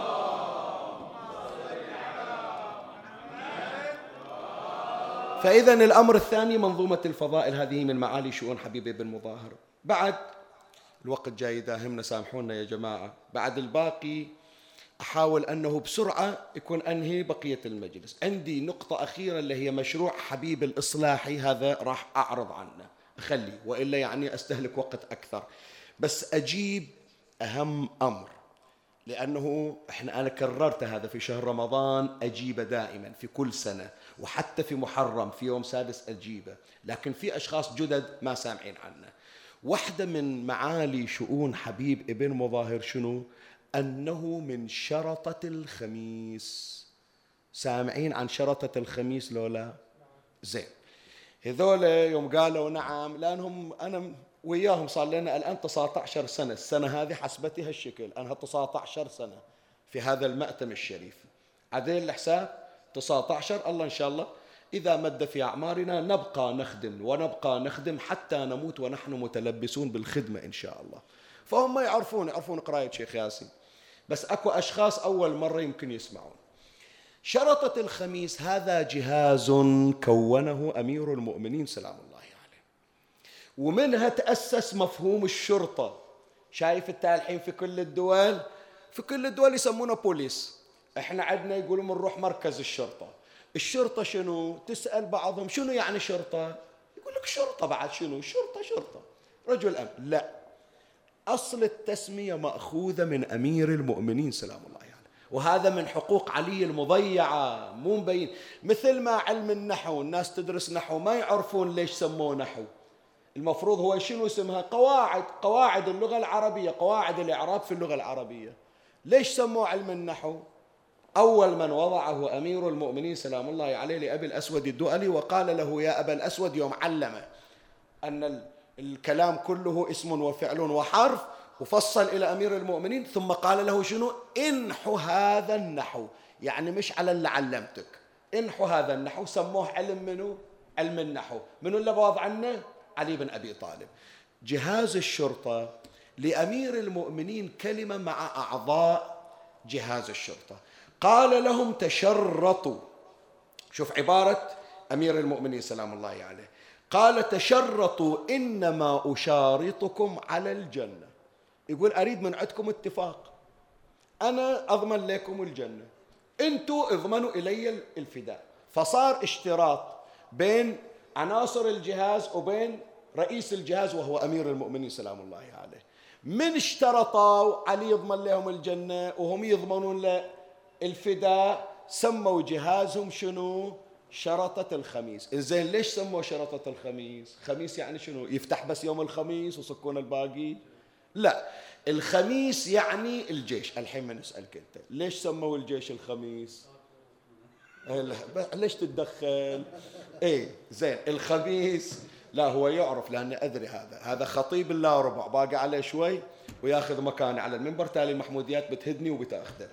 فإذا الأمر الثاني منظومة الفضائل، هذه من معالي شؤون حبيبي بن مظاهر. بعد الوقت جاي يداهمنا، سامحونا يا جماعة، بعد الباقي أحاول أنه بسرعة يكون أنهي بقية المجلس. عندي نقطة أخيرة اللي هي مشروع حبيب الإصلاحي، هذا راح أعرض عنه أخلي، وإلا يعني أستهلك وقت أكثر، بس أجيب أهم أمر، لأنه إحنا أنا كررت هذا في شهر رمضان، أجيبه دائما في كل سنة، وحتى في محرم في يوم سادس أجيبه، لكن في أشخاص جدد ما سامعين عنه. واحدة من معالي شؤون حبيب ابن مظاهر شنو؟ أنه من شرطة الخميس. سامعين عن شرطة الخميس لولا؟ زين، هذول يوم قالوا نعم، لأنهم أنا وياهم صار لنا الآن تسعة عشر سنة، السنة هذه حسبتي هالشكل، أنا تسعة عشر سنة في هذا المأتم الشريف، عدل الحساب تسعة عشر، الله إن شاء الله إذا مد في أعمارنا نبقى نخدم ونبقى نخدم حتى نموت ونحن متلبسون بالخدمة إن شاء الله. فهم ما يعرفون يعرفون قراية شيخ ياسين، بس أكو أشخاص أول مرة يمكن يسمعون. شرطة الخميس هذا جهاز كونه أمير المؤمنين سلام الله عليه، ومنها تأسس مفهوم الشرطة. شايف انت الحين في كل الدول في كل الدول يسمونه بوليس، احنا عندنا يقولوا بنروح مركز الشرطة. الشرطة شنو؟ تسأل بعضهم شنو يعني شرطة؟ يقول لك شرطة. بعد شنو؟ شرطة شرطة رجل أمن. لا، أصل التسمية مأخوذة من أمير المؤمنين سلام الله عليه، وهذا من حقوق علي المضيعة مو مبين. مثل ما علم النحو، الناس تدرس نحو ما يعرفون ليش سموه نحو. المفروض هو شنو اسمها؟ قواعد قواعد اللغة العربية، قواعد الإعراب في اللغة العربية. ليش سموه علم النحو؟ أول من وضعه أمير المؤمنين سلام الله عليه لأبي الأسود الدؤلي، وقال له يا أبا الأسود يوم علمه أن الكلام كله اسم وفعل وحرف، وفصل إلى أمير المؤمنين ثم قال له شنو؟ انحو هذا النحو، يعني مش على اللي علمتك، انحو هذا النحو. سموه علم منو؟ علم النحو. منو اللي بوضع عنه؟ علي بن أبي طالب. جهاز الشرطة لأمير المؤمنين كلمة مع أعضاء جهاز الشرطة، قال لهم تشرطوا. شوف عبارة أمير المؤمنين سلام الله عليه، قال تشرطوا إنما أشارطكم على الجنة. يقول أريد من عندكم اتفاق، أنا أضمن لكم الجنة، أنتوا اضمنوا إلي الفداء. فصار اشتراط بين عناصر الجهاز وبين رئيس الجهاز وهو أمير المؤمنين سلام الله عليه. من اشترطوا علي يضمن لهم الجنة وهم يضمنون له الفداء، سموا جهازهم شنو؟ شرطة الخميس. إنزين ليش سموا شرطة الخميس؟ خميس يعني شنو؟ يفتح بس يوم الخميس وسكون الباقي؟ لا، الخميس يعني الجيش. الحين ما نسألك أنت ليش سموا الجيش الخميس؟ ليش تتدخل؟ ايه زين الخميس لا هو يعرف، لأن أدري هذا هذا خطيب الله ربع باقي عليه شوي وياخذ مكانه على المنبر، تالي المحموديات بتهدني وبتاخذه.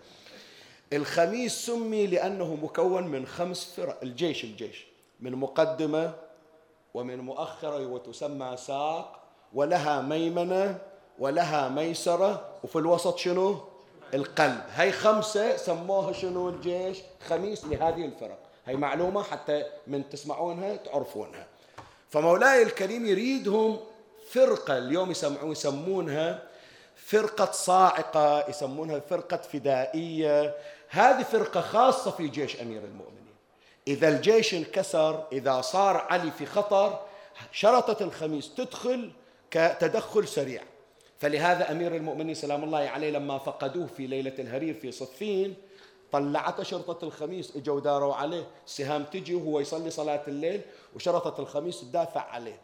الخميس سمي لأنه مكون من خمس فرق. الجيش الجيش من مقدمة ومن مؤخرة وتسمى ساق، ولها ميمنة ولها ميسرة، وفي الوسط شنو؟ القلب. هاي خمسة سموها شنو الجيش؟ خميس لهذه الفرق. هاي معلومة حتى من تسمعونها تعرفونها. فمولاي الكريم يريدهم فرقة اليوم يسمعون يسمونها فرقة صاعقة، يسمونها فرقة فدائية. هذه فرقة خاصة في جيش أمير المؤمنين. إذا الجيش انكسر، إذا صار علي في خطر، شرطة الخميس تدخل كتدخل سريع. فلهذا أمير المؤمنين سلام الله عليه لما فقدوه في ليلة الهرير في صفين، طلعت شرطة الخميس، اجوا داروا عليه، السهام تجي وهو يصلي صلاة الليل وشرطة الخميس تدافع عليه.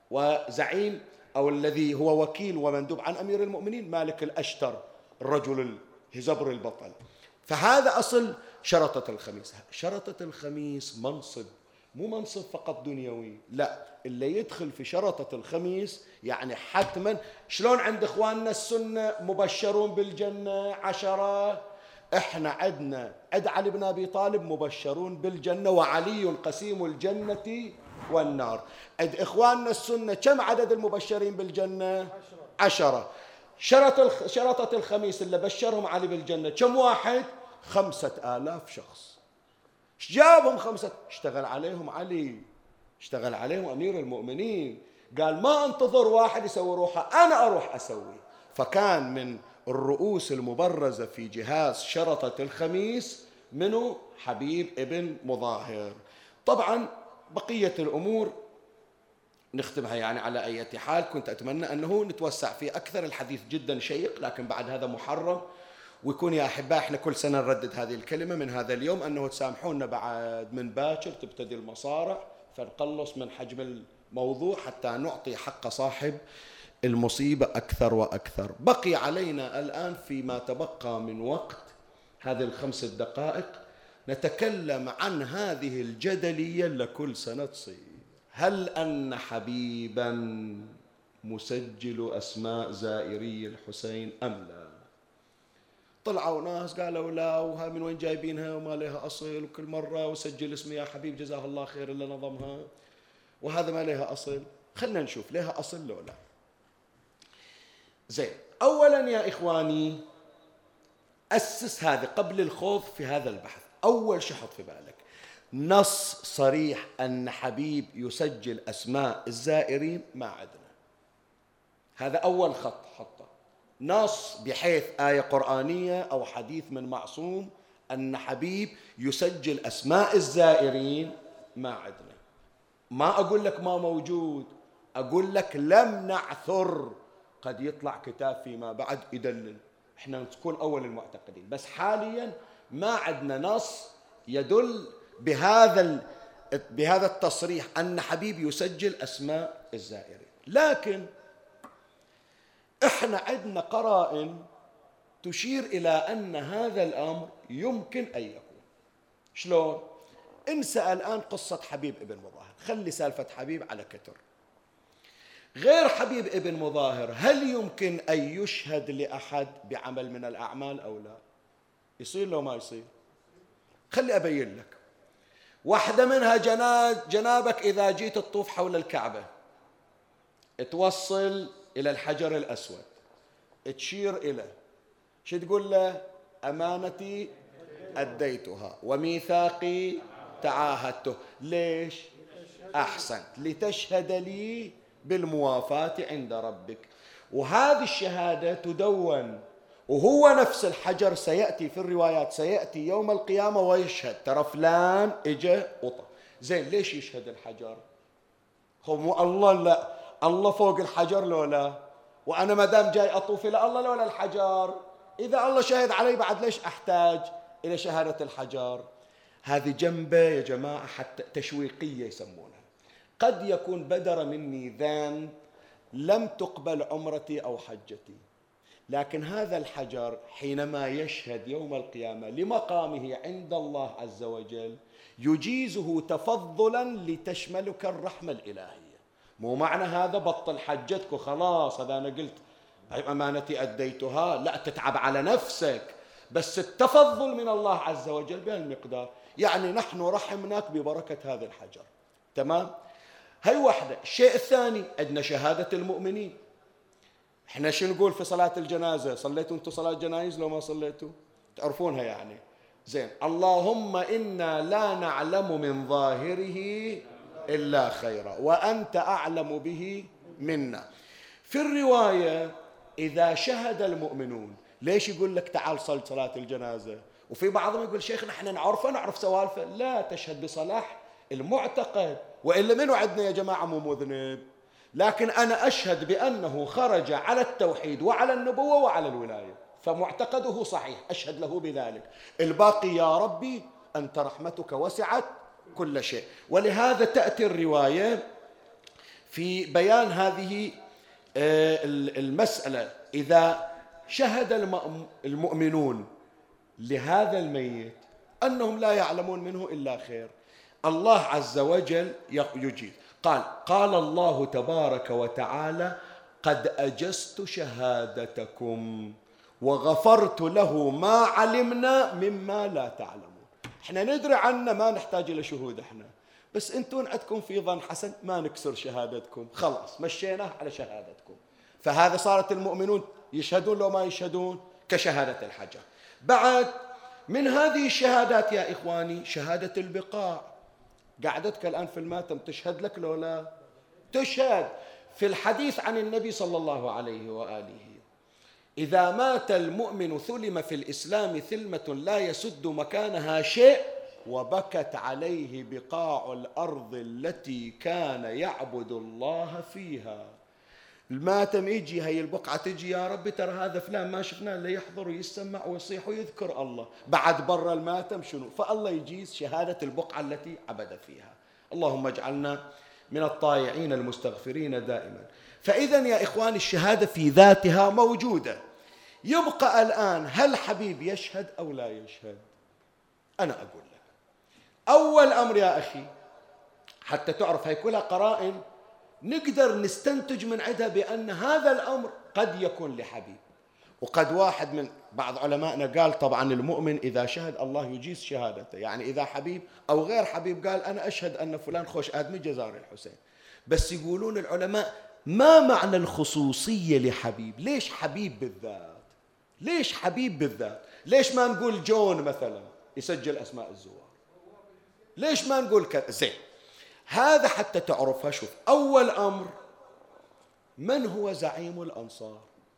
وزعيم أو الذي هو وكيل ومندوب عن أمير المؤمنين مالك الأشتر، الرجل الهزبر البطل. فهذا أصل شرطة الخميس. شرطة الخميس منصب، مو منصب فقط دنيوي، لا، اللي يدخل في شرطة الخميس يعني حتما. شلون عند إخواننا السنة مبشرون بالجنة عشرة، إحنا عندنا عند علي بن أبي طالب مبشرون بالجنة وعلي قسيم الجنة والنار. عند إخواننا السنة كم عدد المبشرين بالجنة؟ عشرة. شرط شرطة الخميس اللي بشرهم علي بالجنة كم واحد؟ خمسة آلاف شخص. جابهم خمسة، اشتغل عليهم علي، اشتغل عليهم أمير المؤمنين، قال ما انتظر واحد يسوي روحه، أنا أروح أسوي. فكان من الرؤوس المبرزة في جهاز شرطة الخميس منه حبيب ابن مظاهر. طبعا بقية الأمور نختمها يعني على أي حال. كنت أتمنى أنه نتوسع فيه أكثر، الحديث جدا شيق، لكن بعد هذا محرم. ويكون يا أحباء إحنا كل سنة نردد هذه الكلمة من هذا اليوم، أنه تسامحونا بعد من باكر تبتدي المصارع، فنقلص من حجم الموضوع حتى نعطي حق صاحب المصيبة أكثر وأكثر. بقي علينا الآن فيما تبقى من وقت هذه الخمس دقائق نتكلم عن هذه الجدلية لكل سنة تصير. هل أن حبيبا مسجل أسماء زائري الحسين أم لا؟ طلعوا ناس قالوا لا، وها من وين جايبينها وما لها أصل، وكل مرة وسجل اسمي يا حبيب جزاه الله خير اللي نظمها، وهذا ما لها أصل. خلنا نشوف لها أصل لو لا. زين، أولا يا إخواني أسس هذا قبل الخوض في هذا البحث. أول شيء حط في بالك نص صريح أن حبيب يسجل أسماء الزائرين ما عندنا. هذا أول خط حطه، نص بحيث آية قرآنية أو حديث من معصوم أن حبيب يسجل أسماء الزائرين ما عندنا. ما أقول لك ما موجود، أقول لك لم نعثر، قد يطلع كتاب فيما بعد يدلل، احنا نكون أول المعتقدين، بس حاليا ما عندنا نص يدل بهذا بهذا التصريح أن حبيب يسجل أسماء الزائرين. لكن احنا عندنا قرائن تشير إلى أن هذا الأمر يمكن أن يكون. شلون؟ انسى الآن قصة حبيب ابن مظاهر، خلي سالفة حبيب على كتر. غير حبيب ابن مظاهر هل يمكن أن يشهد لأحد بعمل من الأعمال أو لا؟ يصير لو ما يصير؟ خلي أبين لك واحدة منها. جنابك إذا جيت تطوف حول الكعبة توصل إلى الحجر الأسود، تشير إلى شو تقول له؟ أمانتي أديتها وميثاقي تعاهدته. ليش؟ أحسنت، لتشهد لي بالموافاة عند ربك. وهذه الشهادة تدون، وهو نفس الحجر سيأتي في الروايات، سيأتي يوم القيامة ويشهد ترى فلان إجا وطف. زين، ليش يشهد الحجر؟ هو مو الله؟ لا، الله فوق الحجر لولا، وأنا ما دام جاي أطوف إلى الله لولا الحجر. إذا الله شهد علي بعد ليش أحتاج إلى شهادة الحجر؟ هذه جنبه يا جماعة حتى تشويقية يسمونها. قد يكون بدر مني ذنب لم تقبل عمرتي أو حجتي، لكن هذا الحجر حينما يشهد يوم القيامة لمقامه عند الله عز وجل يجيزه تفضلا لتشملك الرحمة الإلهية. مو معنى هذا بطل حجتك وخلاص، هذا أنا قلت أمانتي أديتها، لا، تتعب على نفسك، بس التفضل من الله عز وجل بهالمقدار. يعني نحن رحمناك ببركة هذا الحجر. تمام؟ هاي واحدة. الشيء الثاني عندنا شهادة المؤمنين. احنا شو نقول في صلاة الجنازة؟ صليتوا انتم صلاة جنائز لو ما صليتوا؟ تعرفونها يعني. زين، اللهم إنا لا نعلم من ظاهره إلا خيرا وأنت أعلم به منا. في الرواية إذا شهد المؤمنون، ليش يقول لك تعال صل صلاة الجنازة؟ وفي بعضهم يقول شيخنا احنا نعرفه نعرف سوالفه. لا، تشهد بصلاح المعتقد، وإلا منو عندنا يا جماعة مو مذنب؟ لكن أنا أشهد بأنه خرج على التوحيد وعلى النبوة وعلى الولاية، فمعتقده صحيح، أشهد له بذلك. الباقي يا ربي أنت رحمتك وسعت كل شيء. ولهذا تأتي الرواية في بيان هذه المسألة. إذا شهد المؤمنون لهذا الميت أنهم لا يعلمون منه إلا خير، الله عز وجل يجيب. قال قال الله تبارك وتعالى قد أجزت شهادتكم وغفرت له ما علمنا مما لا تعلمون. احنا ندري عنه، ما نحتاج إلى شهود احنا، بس انتم عندكم في ظن حسن ما نكسر شهادتكم، خلاص مشيناه على شهادتكم. فهذا صارت المؤمنون يشهدون لو ما يشهدون كشهادة الحجر. بعد من هذه الشهادات يا إخواني شهادة البقاع. قعدتك الآن في الماتم تشهد لك لو لا؟ تشهد. في الحديث عن النبي صلى الله عليه وآله إذا مات المؤمن ثلم في الإسلام ثلمة لا يسد مكانها شيء وبكت عليه بقاع الأرض التي كان يعبد الله فيها. الماتم يجي هي البقعة تجي يا رب ترى هذا فلان ما شفناه إلا يحضر ويسمع ويصيح ويذكر الله، بعد برا الماتم شنو؟ فالله يجيز شهادة البقعة التي عبد فيها. اللهم اجعلنا من الطائعين المستغفرين دائما. فإذا يا إخواني الشهادة في ذاتها موجودة. يبقى الآن هل حبيب يشهد أو لا يشهد؟ أنا أقول لك أول أمر يا أخي حتى تعرف هي كلها قرائن نقدر نستنتج من عندها بأن هذا الأمر قد يكون لحبيب. وقد واحد من بعض علمائنا قال طبعا المؤمن إذا شهد الله يجيز شهادته، يعني إذا حبيب أو غير حبيب قال أنا أشهد أن فلان خوش آدمي جزار الحسين. بس يقولون العلماء ما معنى الخصوصية لحبيب؟ ليش حبيب بالذات؟ ليش حبيب بالذات؟ ليش ما نقول جون مثلا يسجل أسماء الزوار؟ ليش ما نقول كذا؟ زين، هذا حتى تعرفها. شوف، أول أمر، من هو زعيم الأنصار؟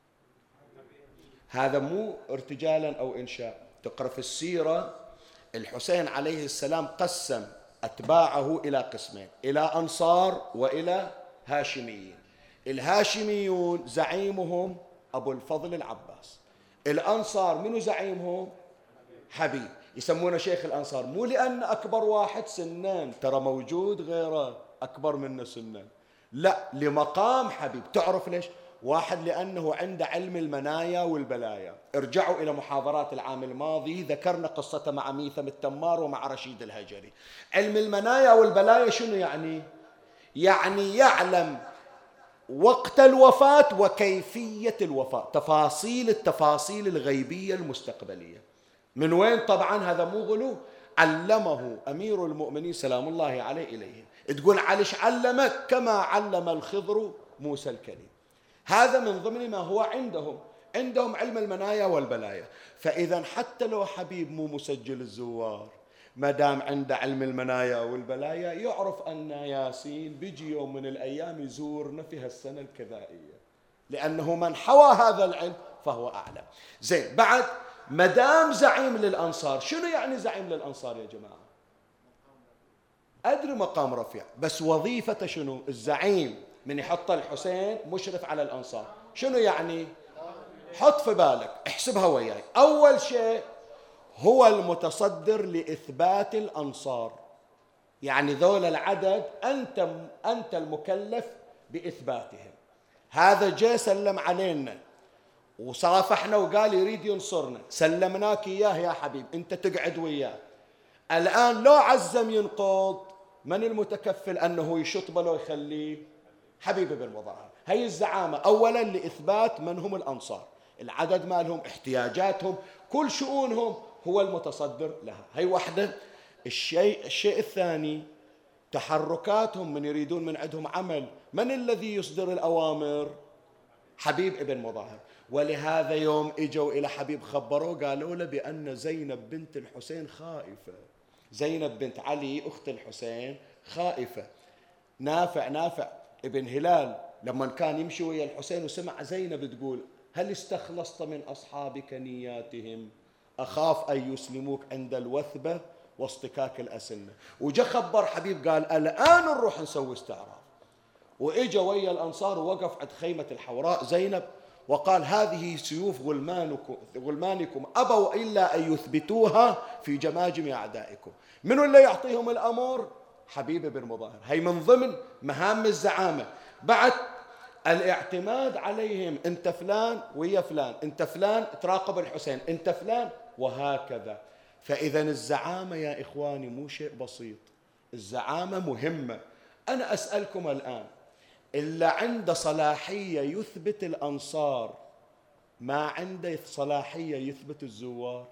هذا مو ارتجالا أو إنشاء، تقرأ في السيرة الحسين عليه السلام قسم أتباعه إلى قسمين، إلى أنصار وإلى هاشميين. الهاشميون زعيمهم أبو الفضل العباس، الأنصار منو زعيمهم؟ حبيب. يسمونه شيخ الأنصار مو لأن أكبر واحد سنان، ترى موجود غيره أكبر منه سنان، لا، لمقام حبيب. تعرف ليش؟ واحد لأنه عنده علم المنايا والبلايا. ارجعوا إلى محاضرات العام الماضي، ذكرنا قصته مع ميثم التمار ومع رشيد الهجري. علم المنايا والبلايا شنو يعني؟ يعني يعلم وقت الوفاة وكيفية الوفاة، تفاصيل التفاصيل الغيبية المستقبلية. من وين؟ طبعا هذا مو غلو، علمه أمير المؤمنين سلام الله عليه إليهم. تقول علش علمك كما علم الخضر موسى الكليم. هذا من ضمن ما هو عندهم، عندهم علم المنايا والبلايا. فإذا حتى لو حبيب مو مسجل الزوار، ما دام عنده علم المنايا والبلايا، يعرف أن ياسين بيجي يوم من الأيام يزورنا في هالسنة الكذائية، لأنه من حوى هذا العلم فهو أعلم. زين، بعد ما دام زعيم للأنصار، شنو يعني زعيم للأنصار يا جماعة؟ أدري مقام رفيع، بس وظيفته شنو؟ الزعيم من يحط الحسين مشرف على الأنصار، شنو يعني؟ حط في بالك، احسبها وياي. أول شيء هو المتصدر لإثبات الأنصار، يعني ذول العدد أنت أنت المكلف بإثباتهم. هذا جاء سلم علينا وصافحنا وقال يريد ينصرنا، سلمناك إياه يا حبيب، أنت تقعد وياه. الآن لو عزم ينقض، من المتكفل أنه يشطبه لو يخليه؟ حبيب بن مظاهر. هي الزعامة أولا لإثبات من هم الأنصار، العدد مالهم، احتياجاتهم، كل شؤونهم، هو المتصدر لها. هي واحدة. الشيء الشيء الثاني تحركاتهم، من يريدون من عندهم عمل، من الذي يصدر الأوامر؟ حبيب ابن مظاهر. ولهذا يوم اجوا إلى حبيب خبروه قالوا له بأن زينب بنت الحسين خائفة، زينب بنت علي أخت الحسين خائفة. نافع نافع ابن هلال لما كان يمشي ويا الحسين وسمع زينب تقول هل استخلصت من أصحابك نياتهم؟ أخاف أن يسلموك عند الوثبة واصطكاك الأسنة. وجا خبر حبيب قال الآن نروح نسوي استعراض. وإجا ويا الأنصار ووقف عند خيمة الحوراء زينب وقال هذه سيوف غلمانكم, غلمانكم أبوا إلا أن يثبتوها في جماجم أعدائكم. منو اللي يعطيهم الأمر؟ حبيب بن مظاهر. هي من ضمن مهام الزعامة. بعد الاعتماد عليهم، انت فلان ويا فلان، انت فلان تراقب الحسين، انت فلان، وهكذا. فإذا الزعامة يا إخواني مو شيء بسيط، الزعامة مهمة. أنا أسألكم الآن، إلا عنده صلاحية يثبت الأنصار ما عنده صلاحية يثبت الزوار؟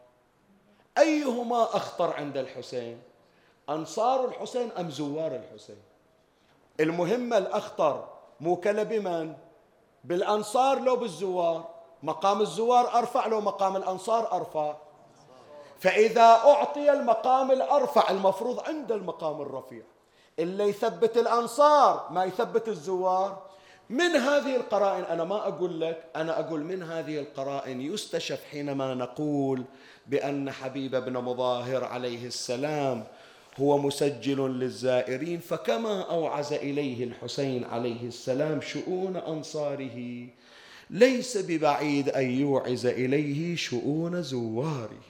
أيهما أخطر عند الحسين؟ أنصار الحسين أم زوار الحسين؟ المهمة الأخطر موكلة بمن؟ بالأنصار لو بالزوار؟ مقام الزوار أرفع لو مقام الأنصار أرفع؟ فإذا أعطي المقام الأرفع المفروض عند المقام الرفيع، اللي يثبت الأنصار ما يثبت الزوار. من هذه القرائن، أنا ما أقول لك، أنا أقول من هذه القرائن يستشف حينما نقول بأن حبيب بن مظاهر عليه السلام هو مسجل للزائرين، فكما أوعز إليه الحسين عليه السلام شؤون أنصاره، ليس ببعيد أن يوعز إليه شؤون زواره.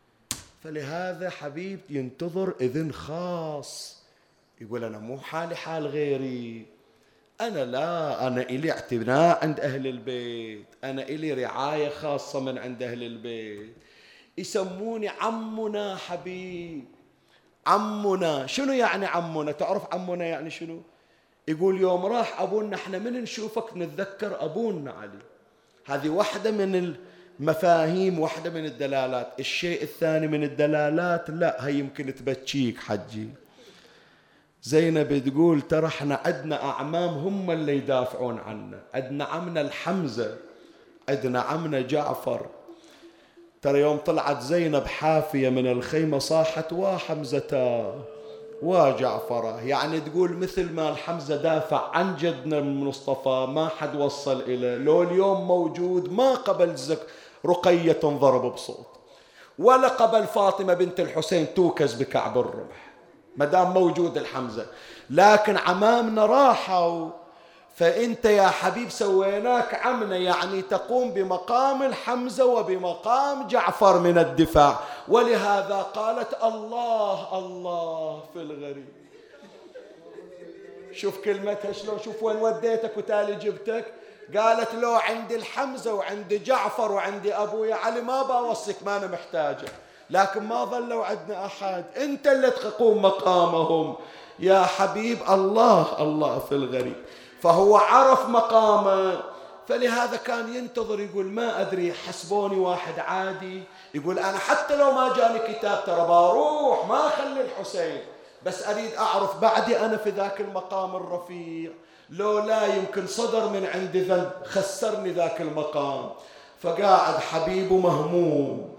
فلهذا حبيب ينتظر إذن خاص، يقول أنا مو حالي حال غيري، أنا لا، أنا إلي اعتناء عند أهل البيت، أنا إلي رعاية خاصة من عند أهل البيت، يسموني عمنا حبيب. عمنا شنو يعني عمنا؟ تعرف عمنا يعني شنو؟ يقول يوم راح أبونا احنا من نشوفك نتذكر أبونا علي. هذه واحدة من مفاهيم واحدة من الدلالات. الشيء الثاني من الدلالات، لا هي يمكن تبكيك حجي. زينب تقول ترى احنا عندنا أعمام هم اللي يدافعون عنا، عندنا عمنا الحمزة، عندنا عمنا جعفر. ترى يوم طلعت زينب حافية من الخيمة صاحت وحمزة وجعفره، يعني تقول مثل ما الحمزة دافع عن جدنا المصطفى ما حد وصل إليه، لو اليوم موجود ما قبل زك رقية تنضرب بصوت، ولا قبل فاطمة بنت الحسين توكز بكعب الرمح ما دام موجود الحمزة، لكن عمامنا راحوا. فأنت يا حبيب سويناك عمنا، يعني تقوم بمقام الحمزة وبمقام جعفر من الدفاع. ولهذا قالت الله الله في الغريب. شوف كلمتها شلون، شوف وين وديتك وتالي جبتك. قالت لو عندي الحمزة وعندي جعفر وعندي أبويا علي ما بوصيك، ما أنا محتاجة، لكن ما ظلوا عندنا أحد، أنت اللي تقوم مقامهم يا حبيب. الله الله في الغريب. فهو عرف مقامه، فلهذا كان ينتظر، يقول ما أدري حسبوني واحد عادي، يقول أنا حتى لو ما جاني كتاب ترى بروح ما أخلي الحسين، بس أريد أعرف بعدي أنا في ذاك المقام الرفيع، لو لا يمكن صدر من عندي ذنب خسرني ذاك المقام. فقاعد حبيبه مهموم،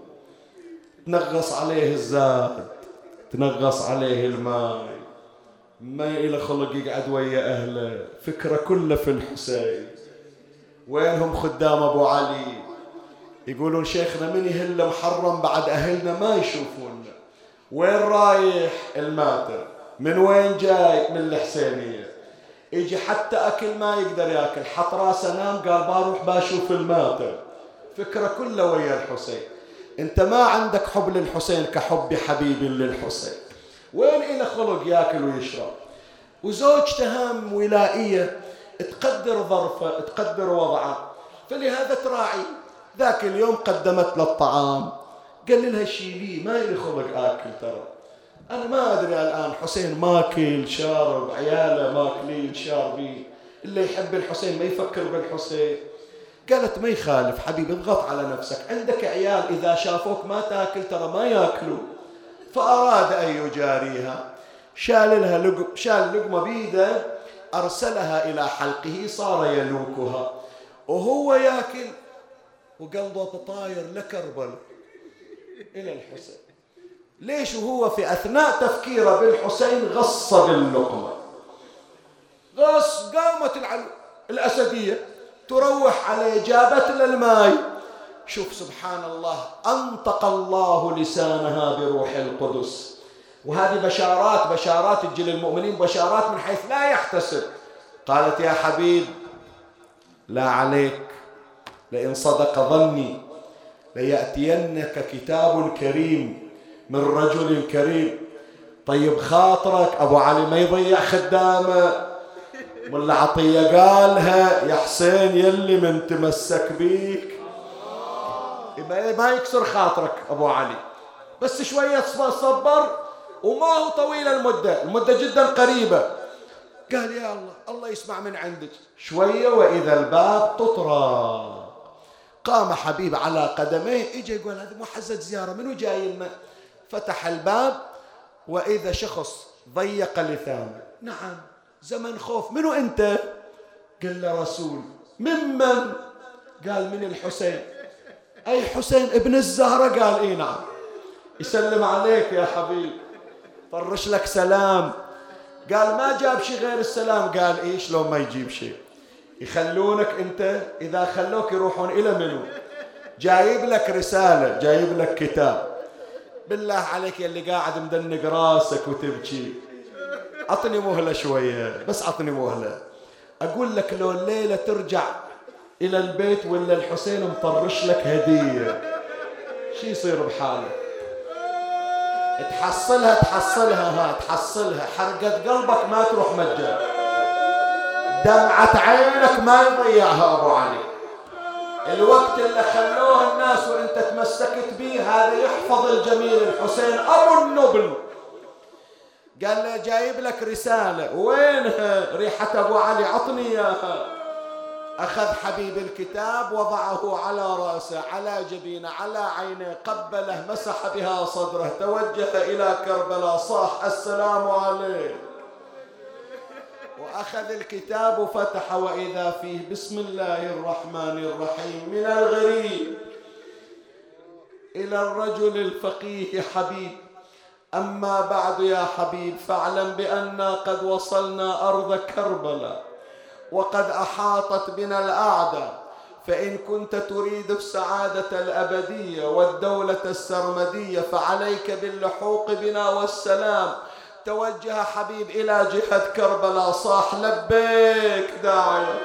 تنغص عليه الزاد، تنغص عليه الماء، ما إلى خلق يقعد ويا أهله، فكرة كله في الحسين. وينهم خدام أبو علي؟ يقولون شيخنا من يهل محرم بعد أهلنا ما يشوفونا. وين رايح؟ الماتر. من وين جاي؟ من الحسينية. يجي حتى أكل ما يقدر يأكل، حط راسه نام، قال بروح بشوف الماتر. فكرة كله ويا الحسين. أنت ما عندك حب للحسين كحب حبيبي للحسين. وين إلى خلق يأكل ويشرب. وزوجته هم ولائية تقدر ظرفه تقدر وضعه، فلهذا تراعي. ذاك اليوم قدمت له الطعام، قال لها شيلي ما إلي خلق آكل، ترى أنا ما أدري الآن حسين ماكل شارب، عياله ماكلين شاربين، اللي يحب الحسين ما يفكر بالحسين. قالت ما يخالف حبيبي اضغط على نفسك، عندك عيال إذا شافوك ما تاكل ترى ما ياكلوا. فأراد أن يجاريها، شال لها لقم، شال لقمة بيده أرسلها إلى حلقه صار يلوكها وهو ياكل وقلبه طاير لكربل إلى الحسين. ليش؟ وهو في أثناء تفكيره بالحسين غص باللقمة، غص. قامت الأسدية تروح عليه، جابت له الماء. شوف سبحان الله، أنطق الله لسانها بروح القدس. وهذه بشارات بشارات تجي للمؤمنين، بشارات من حيث لا يحتسب. قالت يا حبيب لا عليك، لئن صدق ظني ليأتينك كتاب كريم من رجل كريم. طيب خاطرك أبو علي ما يضيع خدامه. ملا عطية قالها يا حسين يلي من تمسك بيك ما يكسر خاطرك أبو علي، بس شوية صبر، وما هو طويل المدة، المدة جدا قريبة. قال يا الله الله يسمع من عندك شوية وإذا الباب تطرق. قام حبيب على قدميه، اجى يقول هذا مو حزة زيارة، منو جاي لنا؟ فتح الباب وإذا شخص ضيق لثامه. نعم زمن خوف. منو أنت؟ قال له رسول. ممن؟ قال من الحسين. أي حسين ابن الزهرة؟ قال إيه نعم. يسلم عليك يا حبيب، طرش لك سلام. قال ما جاب شيء غير السلام. قال إيش لو ما يجيب شيء؟ يخلونك أنت، إذا خلوك يروحون إلى منو؟ جايب لك رسالة، جايب لك كتاب. بالله عليك يا اللي قاعد مدنق راسك وتبكي، عطني مهلة شوية، بس عطني مهلة. أقول لك لو الليلة ترجع إلى البيت ولا الحسين مطرش لك هدية، شي يصير بحالك؟ تحصلها تحصلها ها تحصلها، حرقة قلبك ما تروح مجان، دمعة عينك ما يضيعها أبو علي. الوقت اللي خلوه الناس وانت تمسكت به هذا يحفظ الجميل الحسين أبو النبل. قال له جايب لك رسالة. وينها؟ ريحة أبو علي، عطني إياها. أخذ حبيب الكتاب وضعه على رأسه. رأسه على جبينه على عينه، قبله، مسح بها صدره، توجه إلى كربلاء، صاح السلام عليك، وأخذ الكتاب وفتح وإذا فيه بسم الله الرحمن الرحيم: من الغريب إلى الرجل الفقيه حبيب، أما بعد يا حبيب فاعلم بأننا قد وصلنا أرض كربلاء وقد أحاطت بنا الأعداء، فإن كنت تريد السعادة الأبدية والدولة السرمدية فعليك باللحوق بنا والسلام. توجه حبيب إلى جهة كربلاء، صاح لبيك داعية،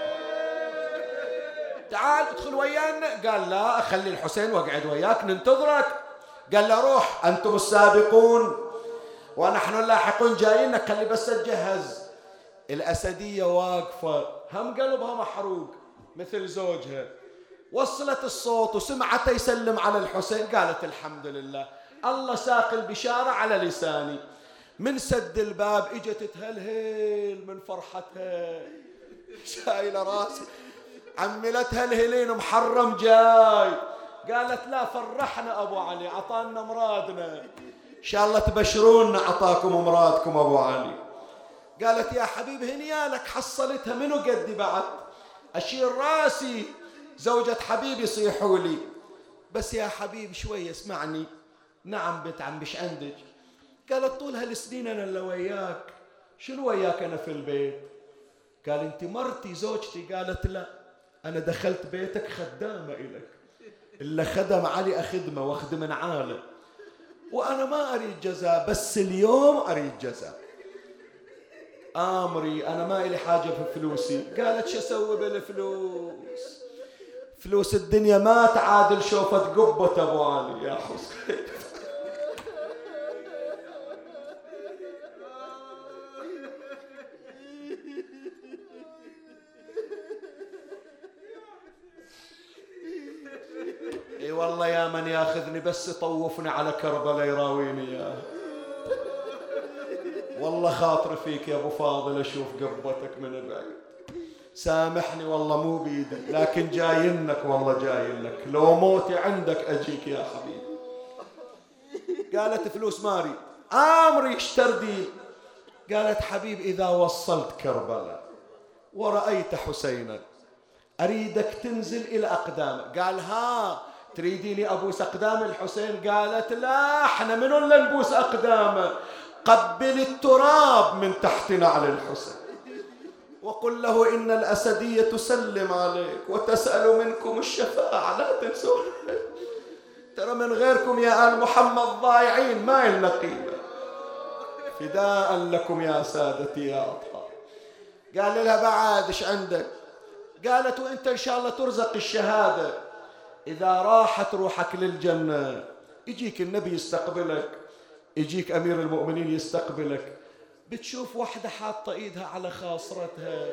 تعال ادخل ويانا. قال لا، أخلي الحسين واقعد وياك ننتظرك. قال له روح، أنتم السابقون ونحن اللاحقون جايينك، خلي بس تجهز. الأسدية واقفة هم قلبها محروق مثل زوجها، وصلت الصوت وسمعته يسلم على الحسين، قالت الحمد لله الله ساق البشارة على لساني. من سد الباب اجت تهلهل من فرحتها، شايله راسي، عملتها الهلين محرم جاي. قالت لا فرحنا أبو علي، عطانا مرادنا، إن شاء الله تبشرونا عطاكم مرادكم أبو علي. قالت يا حبيب هنيالك، حصلتها منو قدي بعد؟ أشيل راسي، زوجة حبيب يصيحوا لي. بس يا حبيب شوي اسمعني. نعم بنت عم بش عندك؟ قالت طول هالسنين أنا اللي وياك، شنو وياك أنا في البيت؟ قال أنت مرتي زوجتي. قالت لا، أنا دخلت بيتك خدامة إلك، إلا خدم علي أخدمه واخدم عاله، وأنا ما أريد جزاء، بس اليوم أريد جزاء. آمري، أنا ما إلي حاجة في فلوسي. قالت شو أسوي بالفلوس؟ فلوس الدنيا ما تعادل شوفة قبة أبو علي يا حسين. اي والله يا من ياخذني بس يطوفني على كربلاء يراويني يا والله خاطري فيك يا ابو فاضل اشوف قبتك من بعيد. سامحني والله مو بيدك، لكن جاينك والله جاينك، لو موتي عندك اجيك يا حبيبي. قالت فلوس ماري، امري اشتر دين. قالت حبيب اذا وصلت كربلاء ورأيت حسينا اريدك تنزل الى اقدامه. قال ها تريديني ابوس اقدام الحسين؟ قالت لا، احنا منو اللي نبوس اقدامه؟ قبل التراب من تحت نعل الحسين وقل له إن الأسدية تسلم عليك وتسأل منكم الشفاعة، لا تنسون، ترى من غيركم يا آل محمد ضايعين ما إلنا قيمة، فداء لكم يا سادتي يا أطهار. قال لها بعد إيش عندك؟ قالت وإنت إن شاء الله ترزق الشهادة، إذا راحت روحك للجنة يجيك النبي يستقبلك، يجيك أمير المؤمنين يستقبلك، بتشوف واحدة حاطة إيدها على خاصرتها،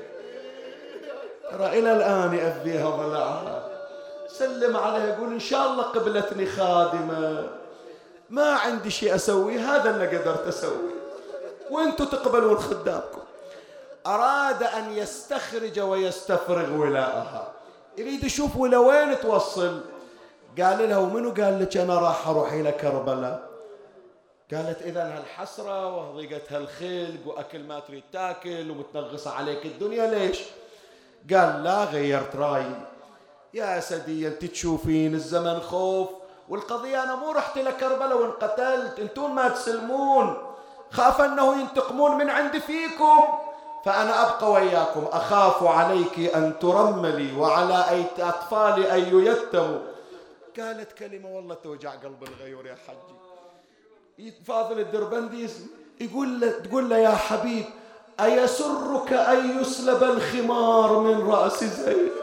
ترى إلى الآن يأذيها ضلعها، سلم عليها قول إن شاء الله قبلتني خادمة، ما عندي شيء أسوي، هذا اللي قدرت أسوي وإنتوا تقبلون خدامكم. أراد أن يستخرج ويستفرغ ولاءها، يريد يشوف ولا وين توصل. قال لها ومنو قال لك أنا راح أروح إلى كربلاء؟ قالت إذن هالحسرة وضيقت هالخلق وأكل ما تريد تاكل ومتنغصة عليك الدنيا ليش؟ قال لا، غيرت رأيي يا سدي، أنت تشوفين الزمن خوف، والقضية أنا مو رحت إلى كربلاء وانقتلت، أنتون ما تسلمون، خاف أنه ينتقمون من عندي فيكم، فأنا أبقى وياكم، أخاف عليك أن ترملي وعلى أي أطفالي أن ييتموا. قالت كلمة والله توجع قلب الغيور يا حجي. فاضل الدربندي يقول له، تقول له يا حبيب أيسرك أن يسلب الخمار من رأس زينب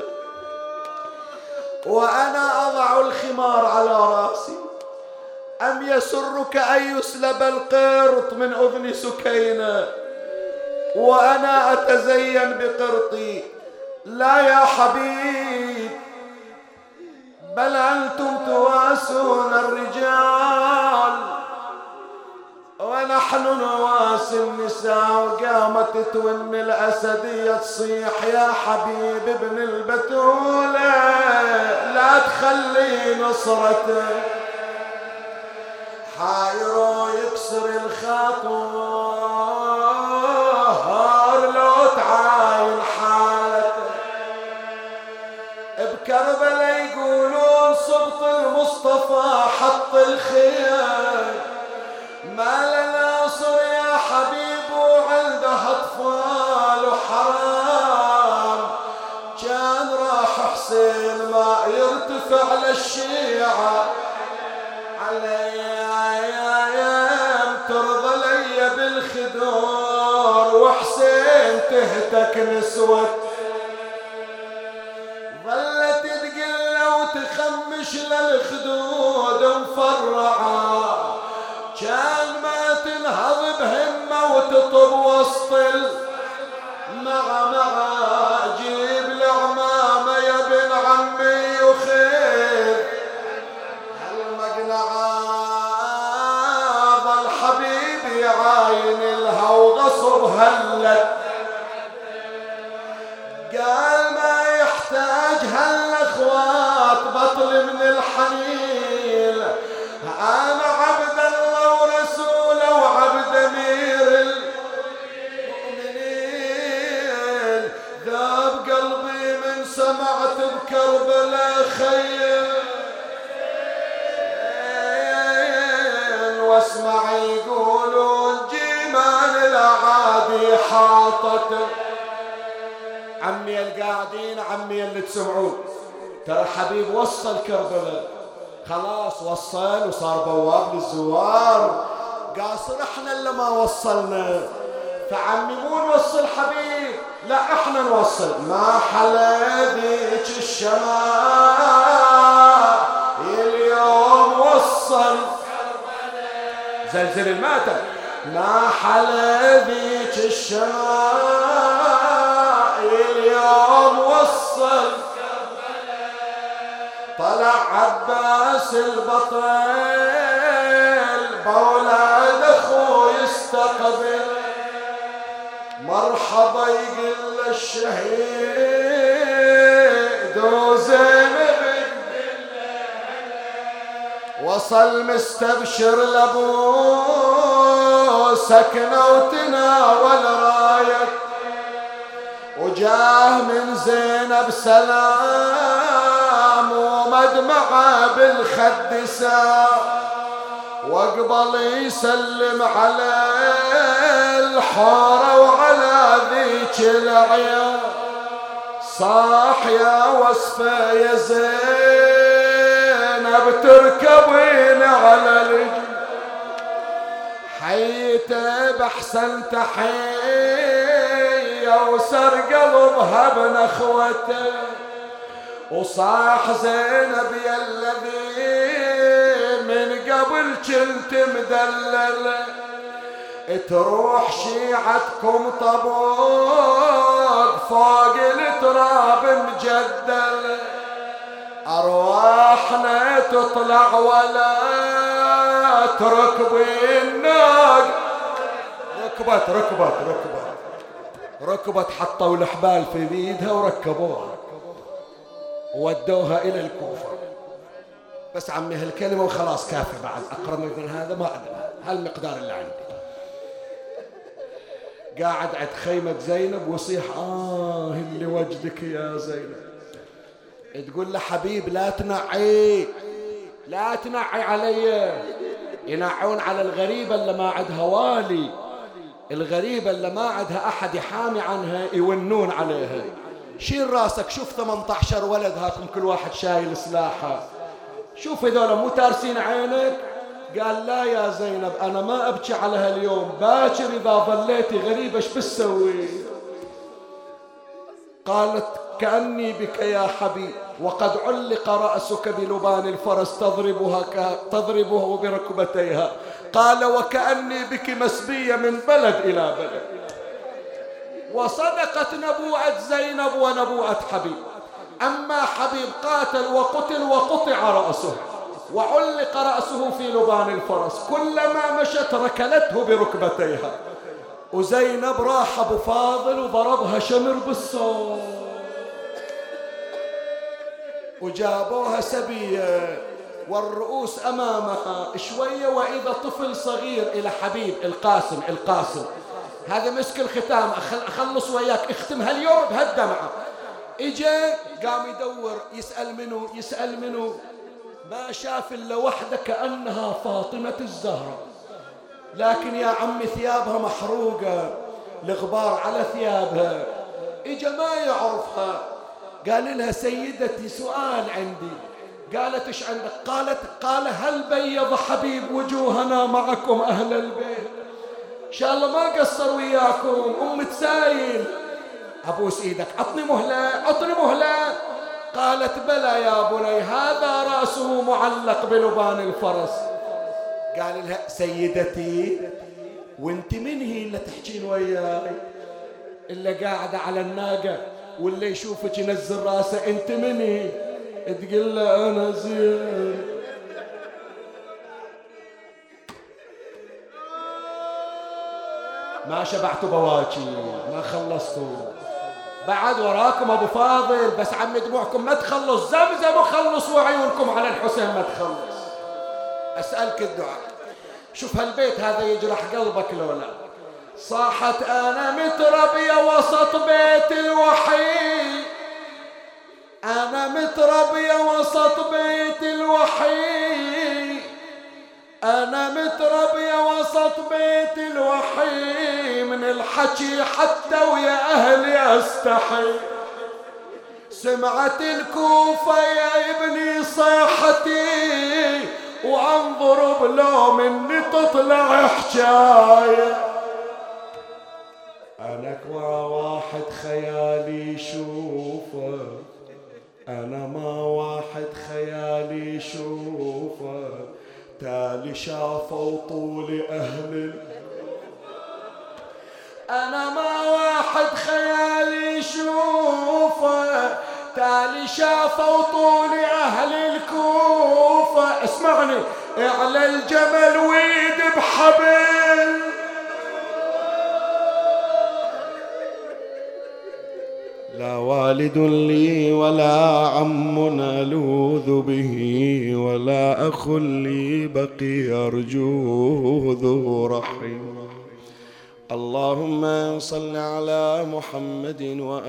وأنا أضع الخمار على رأسي، أم يسرك أن يسلب القرط من أذن سكينة وأنا أتزين بقرطي؟ لا يا حبيب، بل أنتم تواسون الرجال ونحن نواسي النساء. وقامت تون الأسدية تصيح يا حبيب ابن البتولة لا تخاف خلي نصرته حاير يكسر الخاطر لو تعاين حالته. بكربلاء يقولون صبط المصطفى حط الخير ما لناصر يا حبيب وعنده اطفال وحرام. كان راح حسين ما يرتفع للشيعة عليام ترضى لي بالخدور وحسين تهتك نسوة. ظلت تقل وتخمش للخدود مفرعة كان ما تنهض بهمة وتطب وسط مع مع جيب العمامة يا ابن عمي وخير هالمقنعة ظل حبيبي عاين لها وغصب هلت. قال ما يحتاج هالاخوات بطل من الحنين انا عبد الله ورسوله وعبد امير المؤمنين. ذاب قلبي من سمعت بكربلاء خير واسمع يقولون جيمان العادي حاطته. عمي القاعدين عمي اللي تسمعون ترى حبيب وصل كربلاء خلاص وصل وصار بواب للزوار قاصر احنا اللي ما وصلنا. فعمي مو نوصل حبيب لا احنا نوصل. ما حلا ذيك الشمال اليوم وصل زلزل الماتم. ما حلا ذيك الشمال اليوم وصل. طلع عباس البطل بولاد اخوه يستقبل مرحبا يقل الشهيد وزينب وصل مستبشر لابوه سكنه وتناول رايه وجاه من زينب سلام ومدمعه بالخد سار واقبل يسلم على الحاره وعلى ذيك العيال. صاح يا وصفه يا زينب تركبين على رجل حيته باحسن تحيه وسر قلبها بنخوته. وصاح زينب يا الذي من قبل كنت مدلله تروح شيعتكم طبوق فوق التراب مجدل ارواحنا تطلع ولا تركبي الناق. ركبت ركبت ركبت ركبت حطوا الحبال في بيدها وركبوها وودوها الى الكوفه. بس عمي هالكلمه وخلاص كافي بعد اقرب من هذا ما ادري هالمقدار اللي عندي. قاعد عند خيمه زينب ويصيح اه اللي وجدك يا زينب. تقول له حبيب لا تنعي لا تنعي علي. ينعون على الغريبه اللي ما عندها والي الغريبه اللي ما عندها احد يحامي عنها يونون عليها. شيل راسك شوف ثمانية عشر ولد هاكم كل واحد شايل سلاحه شوف هذول مو تارسين عينك. قال لا يا زينب أنا ما أبكي على هاليوم باكر إذا ظليتي غريبة ايش بتسوي. قالت كأني بك يا حبيب وقد علق رأسك بلبان الفرس تضربها تضربه بركبتيها. قال وكأني بك مسبية من بلد إلى بلد. وصدقت نبوءة زينب ونبوءة حبيب. أما حبيب قاتل وقتل وقطع رأسه وعلق رأسه في لبان الفرس كلما مشت ركلته بركبتيها. وزينب راح أبو فاضل وضربها شمر بالصوت وجابوها سبية والرؤوس أمامها شوية، وإذا طفل صغير إلى حبيب القاسم القاسم هذا مسك الختام، أخلص وياك اختمها اليوم بهالدمعة. إجا قام يدور يسأل منه يسأل منه، ما شاف إلا وحدة كأنها فاطمة الزهراء، لكن يا عمي ثيابها محروقة، الغبار على ثيابها. إجا ما يعرفها، قال لها سيدتي سؤال عندي. قالت ايش عندك؟ قالت قال هل بيض حبيب وجوهنا معكم أهل البيت؟ إن شاء الله ما قصر وياكم، أم تسايل. أبوس إيدك، عطني مهلة عطني مهلة. قالت بلى يا بني، هذا رأسه معلق بلبان الفرس. قال لها سيدتي وانت من هي اللي تحكين وياي؟ اللي قاعدة على الناقة واللي يشوفك ينزل راسه، انت من هي؟ تقول له أنا زين. ما شبعتوا بواكي، ما خلصتوا، بعد وراكم أبو فاضل، بس عم دموعكم ما تخلص، زمزم وخلص وعيونكم على الحسين ما تخلص. أسألك الدعاء، شوف هالبيت هذا يجرح قلبك لولا. صاحت أنا متربية وسط بيت الوحي، أنا متربية وسط بيت الوحي، أنا متربية وسط بيت الوحي، من الحكي حتى ويا أهلي أستحي. سمعت الكوفة يا ابني صيحتي، وأنظر بلو مني تطلع حجاية. أنا كوا واحد خيالي شوفه، أنا ما واحد خيالي شوفه، تالي شافوا طول أهل. أنا ما واحد خيالي شوفه، تالي شافوا طول أهل الكوفة. اسمعني، على الجمل ويد بحبل، لا والد لي ولا عم ألوذ به، ولا أخ لي بقي أرجوه ذو رحم. اللهم صل على محمد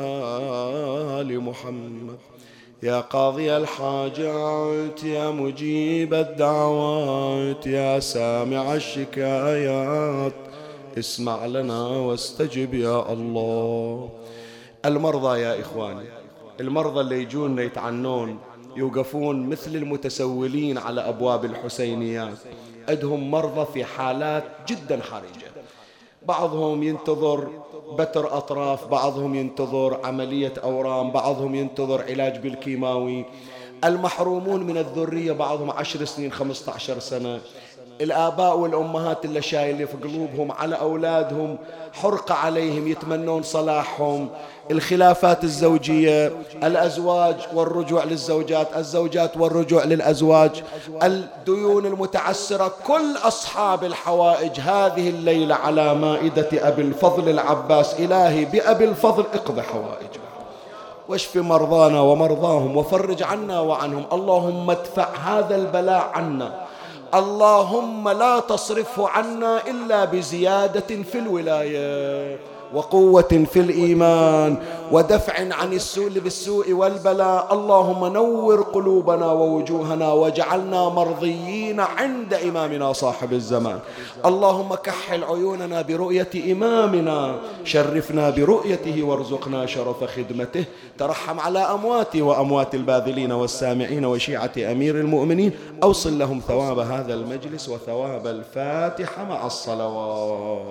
وآل محمد، يا قاضي الحاجات، يا مجيب الدعوات، يا سامع الشكايات، اسمع لنا واستجب يا الله. المرضى يا إخواني، المرضى اللي يجون يتعنون يوقفون مثل المتسولين على أبواب الحسينيات، عندهم مرضى في حالات جدا حرجة، بعضهم ينتظر بتر أطراف، بعضهم ينتظر عملية أورام، بعضهم ينتظر علاج بالكيماوي. المحرومون من الذرية بعضهم عشر سنين خمسة عشر سنة. الآباء والأمهات اللي شايلين في قلوبهم على أولادهم حرقة عليهم، يتمنون صلاحهم. الخلافات الزوجية، الأزواج والرجوع للزوجات، الزوجات والرجوع للأزواج، الديون المتعسرة، كل أصحاب الحوائج هذه الليلة على مائدة أبي الفضل العباس. إلهي بأبي الفضل اقض حوائجهم، واشف مرضانا ومرضاهم، وفرج عنا وعنهم. اللهم ادفع هذا البلاء عنا، اللهم لا تصرفه عنا إلا بزيادة في الولاية وقوة في الإيمان ودفع عن السوء بالسوء والبلاء. اللهم نور قلوبنا ووجوهنا واجعلنا مرضيين عند إمامنا صاحب الزمان. اللهم كحل عيوننا برؤية إمامنا، شرفنا برؤيته وارزقنا شرف خدمته. ترحم على أمواتي وأموات الباذلين والسامعين وشيعة أمير المؤمنين، أوصل لهم ثواب هذا المجلس وثواب الفاتحة مع الصلوات.